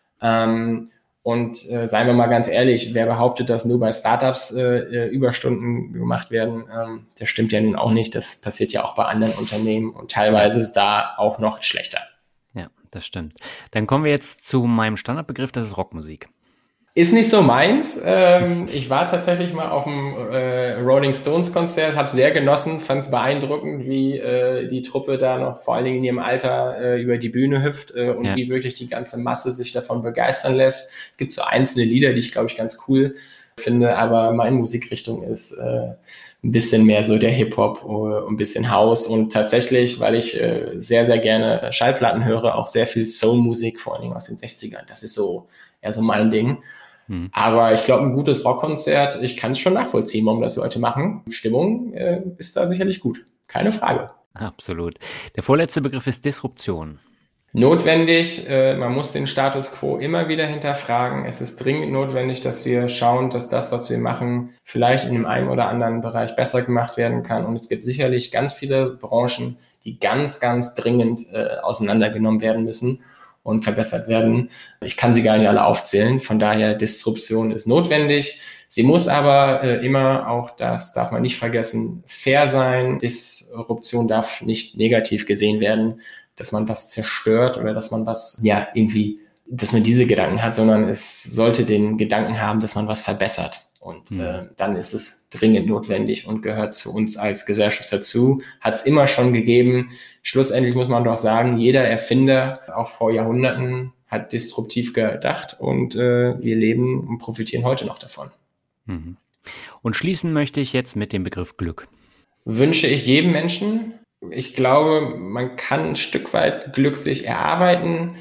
Ähm, und äh, seien wir mal ganz ehrlich, wer behauptet, dass nur bei Startups äh, Überstunden gemacht werden, ähm, das stimmt ja nun auch nicht. Das passiert ja auch bei anderen Unternehmen und teilweise ist es da auch noch schlechter. Ja, das stimmt. Dann kommen wir jetzt zu meinem Standardbegriff, das ist Rockmusik. Ist nicht so meins. Ähm, ich war tatsächlich mal auf dem äh, Rolling Stones Konzert, habe sehr genossen, fand es beeindruckend, wie äh, die Truppe da noch vor allen Dingen in ihrem Alter äh, über die Bühne hüpft äh, und ja. wie wirklich die ganze Masse sich davon begeistern lässt. Es gibt so einzelne Lieder, die ich glaube ich ganz cool finde, aber meine Musikrichtung ist äh, ein bisschen mehr so der Hip-Hop, uh, ein bisschen House und tatsächlich, weil ich äh, sehr, sehr gerne Schallplatten höre, auch sehr viel Soul-Musik, vor allen Dingen aus den sechzigern. Das ist so eher so mein Ding. Hm. Aber ich glaube, ein gutes Rockkonzert, ich kann es schon nachvollziehen, warum das Leute machen. Stimmung äh, ist da sicherlich gut. Keine Frage. Absolut. Der vorletzte Begriff ist Disruption. Notwendig, äh, man muss den Status quo immer wieder hinterfragen. Es ist dringend notwendig, dass wir schauen, dass das, was wir machen, vielleicht in dem einen oder anderen Bereich besser gemacht werden kann. Und es gibt sicherlich ganz viele Branchen, die ganz, ganz dringend äh, auseinandergenommen werden müssen und verbessert werden. Ich kann sie gar nicht alle aufzählen. Von daher, Disruption ist notwendig. Sie muss aber äh, immer auch, das darf man nicht vergessen, fair sein. Disruption darf nicht negativ gesehen werden, dass man was zerstört oder dass man was, ja, irgendwie, dass man diese Gedanken hat, sondern es sollte den Gedanken haben, dass man was verbessert. Und mhm. äh, dann ist es dringend notwendig und gehört zu uns als Gesellschaft dazu. Hat es immer schon gegeben. Schlussendlich muss man doch sagen, jeder Erfinder, auch vor Jahrhunderten, hat disruptiv gedacht und äh, wir leben und profitieren heute noch davon. Mhm. Und schließen möchte ich jetzt mit dem Begriff Glück. Wünsche ich jedem Menschen. Ich glaube, man kann ein Stück weit Glück sich erarbeiten.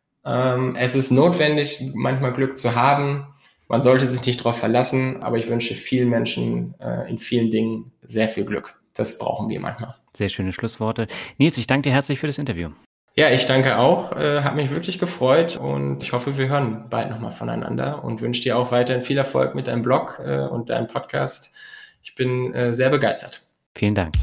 Ähm, es ist notwendig, manchmal Glück zu haben. Man sollte sich nicht darauf verlassen, aber ich wünsche vielen Menschen äh, in vielen Dingen sehr viel Glück. Das brauchen wir manchmal. Sehr schöne Schlussworte. Nils, ich danke dir herzlich für das Interview. Ja, ich danke auch. Äh, hat mich wirklich gefreut und ich hoffe, wir hören bald nochmal voneinander und wünsche dir auch weiterhin viel Erfolg mit deinem Blog äh, und deinem Podcast. ich bin äh, sehr begeistert. Vielen Dank.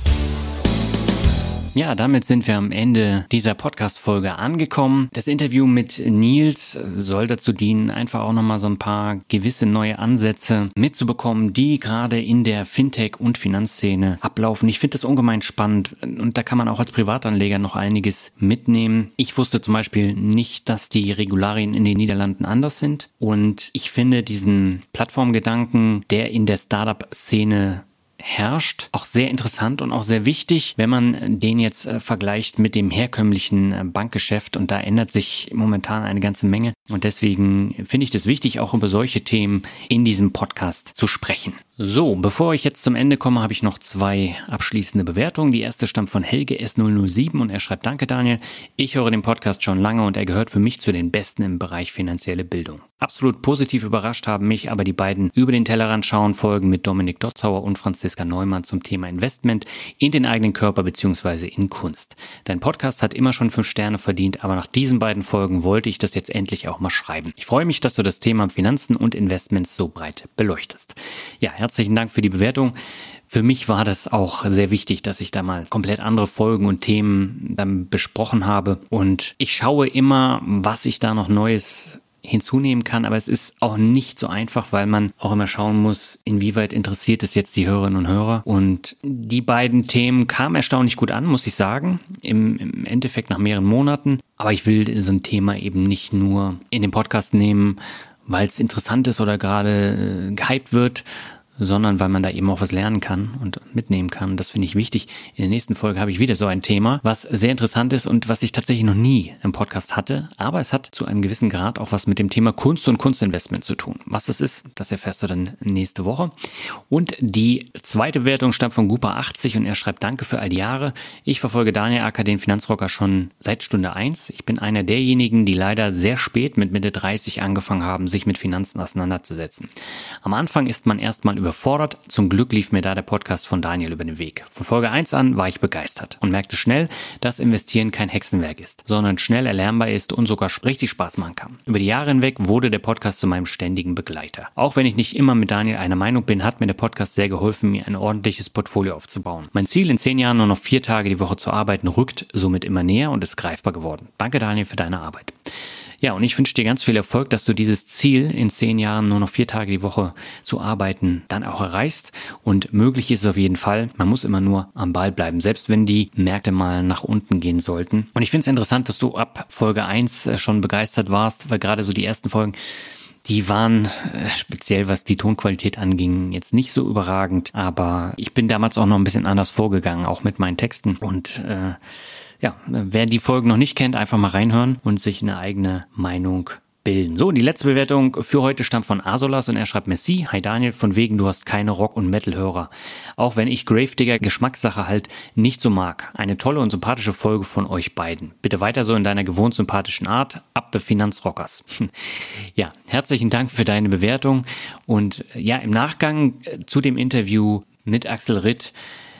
Ja, damit sind wir am Ende dieser Podcast-Folge angekommen. Das Interview mit Nils soll dazu dienen, einfach auch nochmal so ein paar gewisse neue Ansätze mitzubekommen, die gerade in der Fintech- und Finanzszene ablaufen. Ich finde das ungemein spannend und da kann man auch als Privatanleger noch einiges mitnehmen. Ich wusste zum Beispiel nicht, dass die Regularien in den Niederlanden anders sind und ich finde diesen Plattformgedanken, der in der Startup-Szene herrscht, auch sehr interessant und auch sehr wichtig, wenn man den jetzt äh, vergleicht mit dem herkömmlichen äh, Bankgeschäft, und da ändert sich momentan eine ganze Menge und deswegen finde ich das wichtig, auch über solche Themen in diesem Podcast zu sprechen. So, bevor ich jetzt zum Ende komme, habe ich noch zwei abschließende Bewertungen. Die erste stammt von Helge S null null sieben und er schreibt: Danke Daniel, ich höre den Podcast schon lange und er gehört für mich zu den Besten im Bereich finanzielle Bildung. Absolut positiv überrascht haben mich aber die beiden Über den Tellerrand schauen Folgen mit Dominik Dotzauer und Franziska Neumann zum Thema Investment in den eigenen Körper bzw. in Kunst. Dein Podcast hat immer schon fünf Sterne verdient, aber nach diesen beiden Folgen wollte ich das jetzt endlich auch mal schreiben. Ich freue mich, dass du das Thema Finanzen und Investments so breit beleuchtest. Ja, herzlichen Dank für die Bewertung. Für mich war das auch sehr wichtig, dass ich da mal komplett andere Folgen und Themen dann besprochen habe. Und ich schaue immer, was ich da noch Neues hinzunehmen kann, aber es ist auch nicht so einfach, weil man auch immer schauen muss, inwieweit interessiert es jetzt die Hörerinnen und Hörer. Und die beiden Themen kamen erstaunlich gut an, muss ich sagen, im, im Endeffekt nach mehreren Monaten. Aber ich will so ein Thema eben nicht nur in den Podcast nehmen, weil es interessant ist oder gerade äh, gehypt wird, sondern weil man da eben auch was lernen kann und mitnehmen kann. Das finde ich wichtig. In der nächsten Folge habe ich wieder so ein Thema, was sehr interessant ist und was ich tatsächlich noch nie im Podcast hatte. Aber es hat zu einem gewissen Grad auch was mit dem Thema Kunst und Kunstinvestment zu tun. Was das ist, das erfährst du dann nächste Woche. Und die zweite Bewertung stammt von Gupa achtzig und er schreibt: Danke für all die Jahre. Ich verfolge Daniel aka den Finanzrocker schon seit Stunde eins. Ich bin einer derjenigen, die leider sehr spät mit Mitte dreißig angefangen haben, sich mit Finanzen auseinanderzusetzen. Am Anfang ist man erstmal überfordert. Zum Glück lief mir da der Podcast von Daniel über den Weg. Von Folge eins an war ich begeistert und merkte schnell, dass Investieren kein Hexenwerk ist, sondern schnell erlernbar ist und sogar richtig Spaß machen kann. Über die Jahre hinweg wurde der Podcast zu meinem ständigen Begleiter. Auch wenn ich nicht immer mit Daniel einer Meinung bin, hat mir der Podcast sehr geholfen, mir ein ordentliches Portfolio aufzubauen. Mein Ziel, in zehn Jahren nur noch vier Tage die Woche zu arbeiten, rückt somit immer näher und ist greifbar geworden. Danke Daniel für deine Arbeit. Ja, und ich wünsche dir ganz viel Erfolg, dass du dieses Ziel, in zehn Jahren nur noch vier Tage die Woche zu arbeiten, dann auch erreichst. Und möglich ist es auf jeden Fall. Man muss immer nur am Ball bleiben, selbst wenn die Märkte mal nach unten gehen sollten. Und ich finde es interessant, dass du ab Folge eins schon begeistert warst, weil gerade so die ersten Folgen, die waren äh, speziell, was die Tonqualität anging, jetzt nicht so überragend. Aber ich bin damals auch noch ein bisschen anders vorgegangen, auch mit meinen Texten. Und äh, ja, wer die Folgen noch nicht kennt, einfach mal reinhören und sich eine eigene Meinung bilden. So, die letzte Bewertung für heute stammt von Asolas und er schreibt: Merci, hi Daniel, von wegen du hast keine Rock- und Metal-Hörer. Auch wenn ich Gravedigger Geschmackssache halt nicht so mag. Eine tolle und sympathische Folge von euch beiden. Bitte weiter so in deiner gewohnt sympathischen Art. Up the Finanzrockers. Ja, herzlichen Dank für deine Bewertung und ja, im Nachgang zu dem Interview mit Axel Ritt,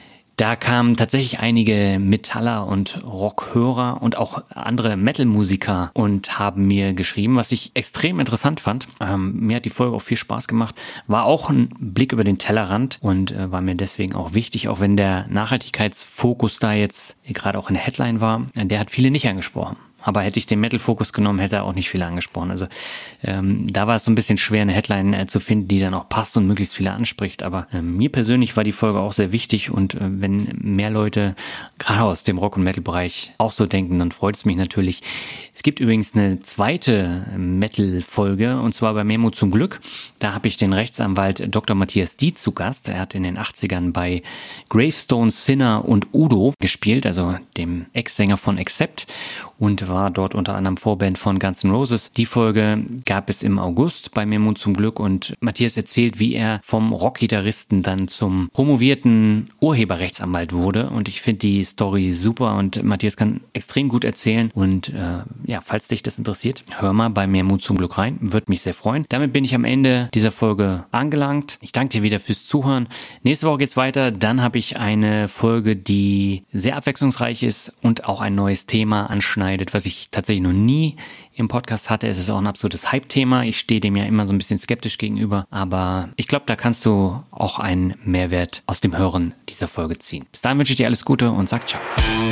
da kamen tatsächlich einige Metaller und Rockhörer und auch andere Metal-Musiker und haben mir geschrieben, was ich extrem interessant fand. Ähm, mir hat die Folge auch viel Spaß gemacht. War auch ein Blick über den Tellerrand und äh, war mir deswegen auch wichtig, auch wenn der Nachhaltigkeitsfokus da jetzt gerade auch in der Headline war. Der hat viele nicht angesprochen. Aber hätte ich den Metal-Fokus genommen, hätte er auch nicht viele angesprochen. Also ähm, da war es so ein bisschen schwer, eine Headline äh, zu finden, die dann auch passt und möglichst viele anspricht. Aber äh, mir persönlich war die Folge auch sehr wichtig. Und äh, wenn mehr Leute gerade aus dem Rock- und Metal-Bereich auch so denken, dann freut es mich natürlich. Es gibt übrigens eine zweite Metal-Folge, und zwar bei Memo zum Glück. Da habe ich den Rechtsanwalt Doktor Matthias Dietz zu Gast. Er hat in den achtzigern bei Gravestone, Sinner und Udo gespielt, also dem Ex-Sänger von Accept, und war dort unter anderem Vorband von Guns N' Roses. Die Folge gab es im August bei Memo zum Glück und Matthias erzählt, wie er vom Rockgitarristen dann zum promovierten Urheberrechtsanwalt wurde, und ich finde die Story super und Matthias kann extrem gut erzählen und äh, ja, falls dich das interessiert, hör mal bei Memo zum Glück rein, würde mich sehr freuen. Damit bin ich am Ende dieser Folge angelangt. Ich danke dir wieder fürs Zuhören. Nächste Woche geht's weiter, dann habe ich eine Folge, die sehr abwechslungsreich ist und auch ein neues Thema anschneidet. schneidet, was ich tatsächlich noch nie im Podcast hatte. Es ist auch ein absolutes Hype-Thema. Ich stehe dem ja immer so ein bisschen skeptisch gegenüber, aber ich glaube, da kannst du auch einen Mehrwert aus dem Hören dieser Folge ziehen. Bis dahin wünsche ich dir alles Gute und sag ciao.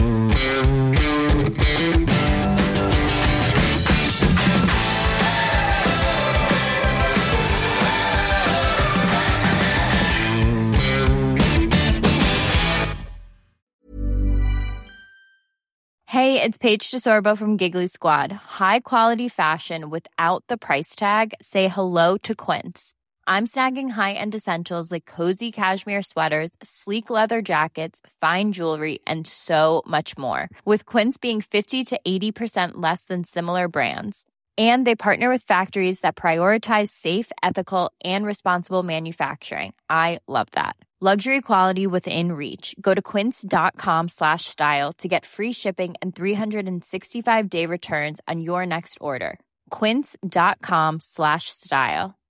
Hey, it's Paige DeSorbo from Giggly Squad. High quality fashion without the price tag. Say hello to Quince. I'm snagging high-end essentials like cozy cashmere sweaters, sleek leather jackets, fine jewelry, and so much more. With Quince being fifty to eighty percent less than similar brands. And they partner with factories that prioritize safe, ethical, and responsible manufacturing. I love that. Luxury quality within reach. Go to quince.com slash style to get free shipping and three sixty-five day returns on your next order. Quince.com slash style.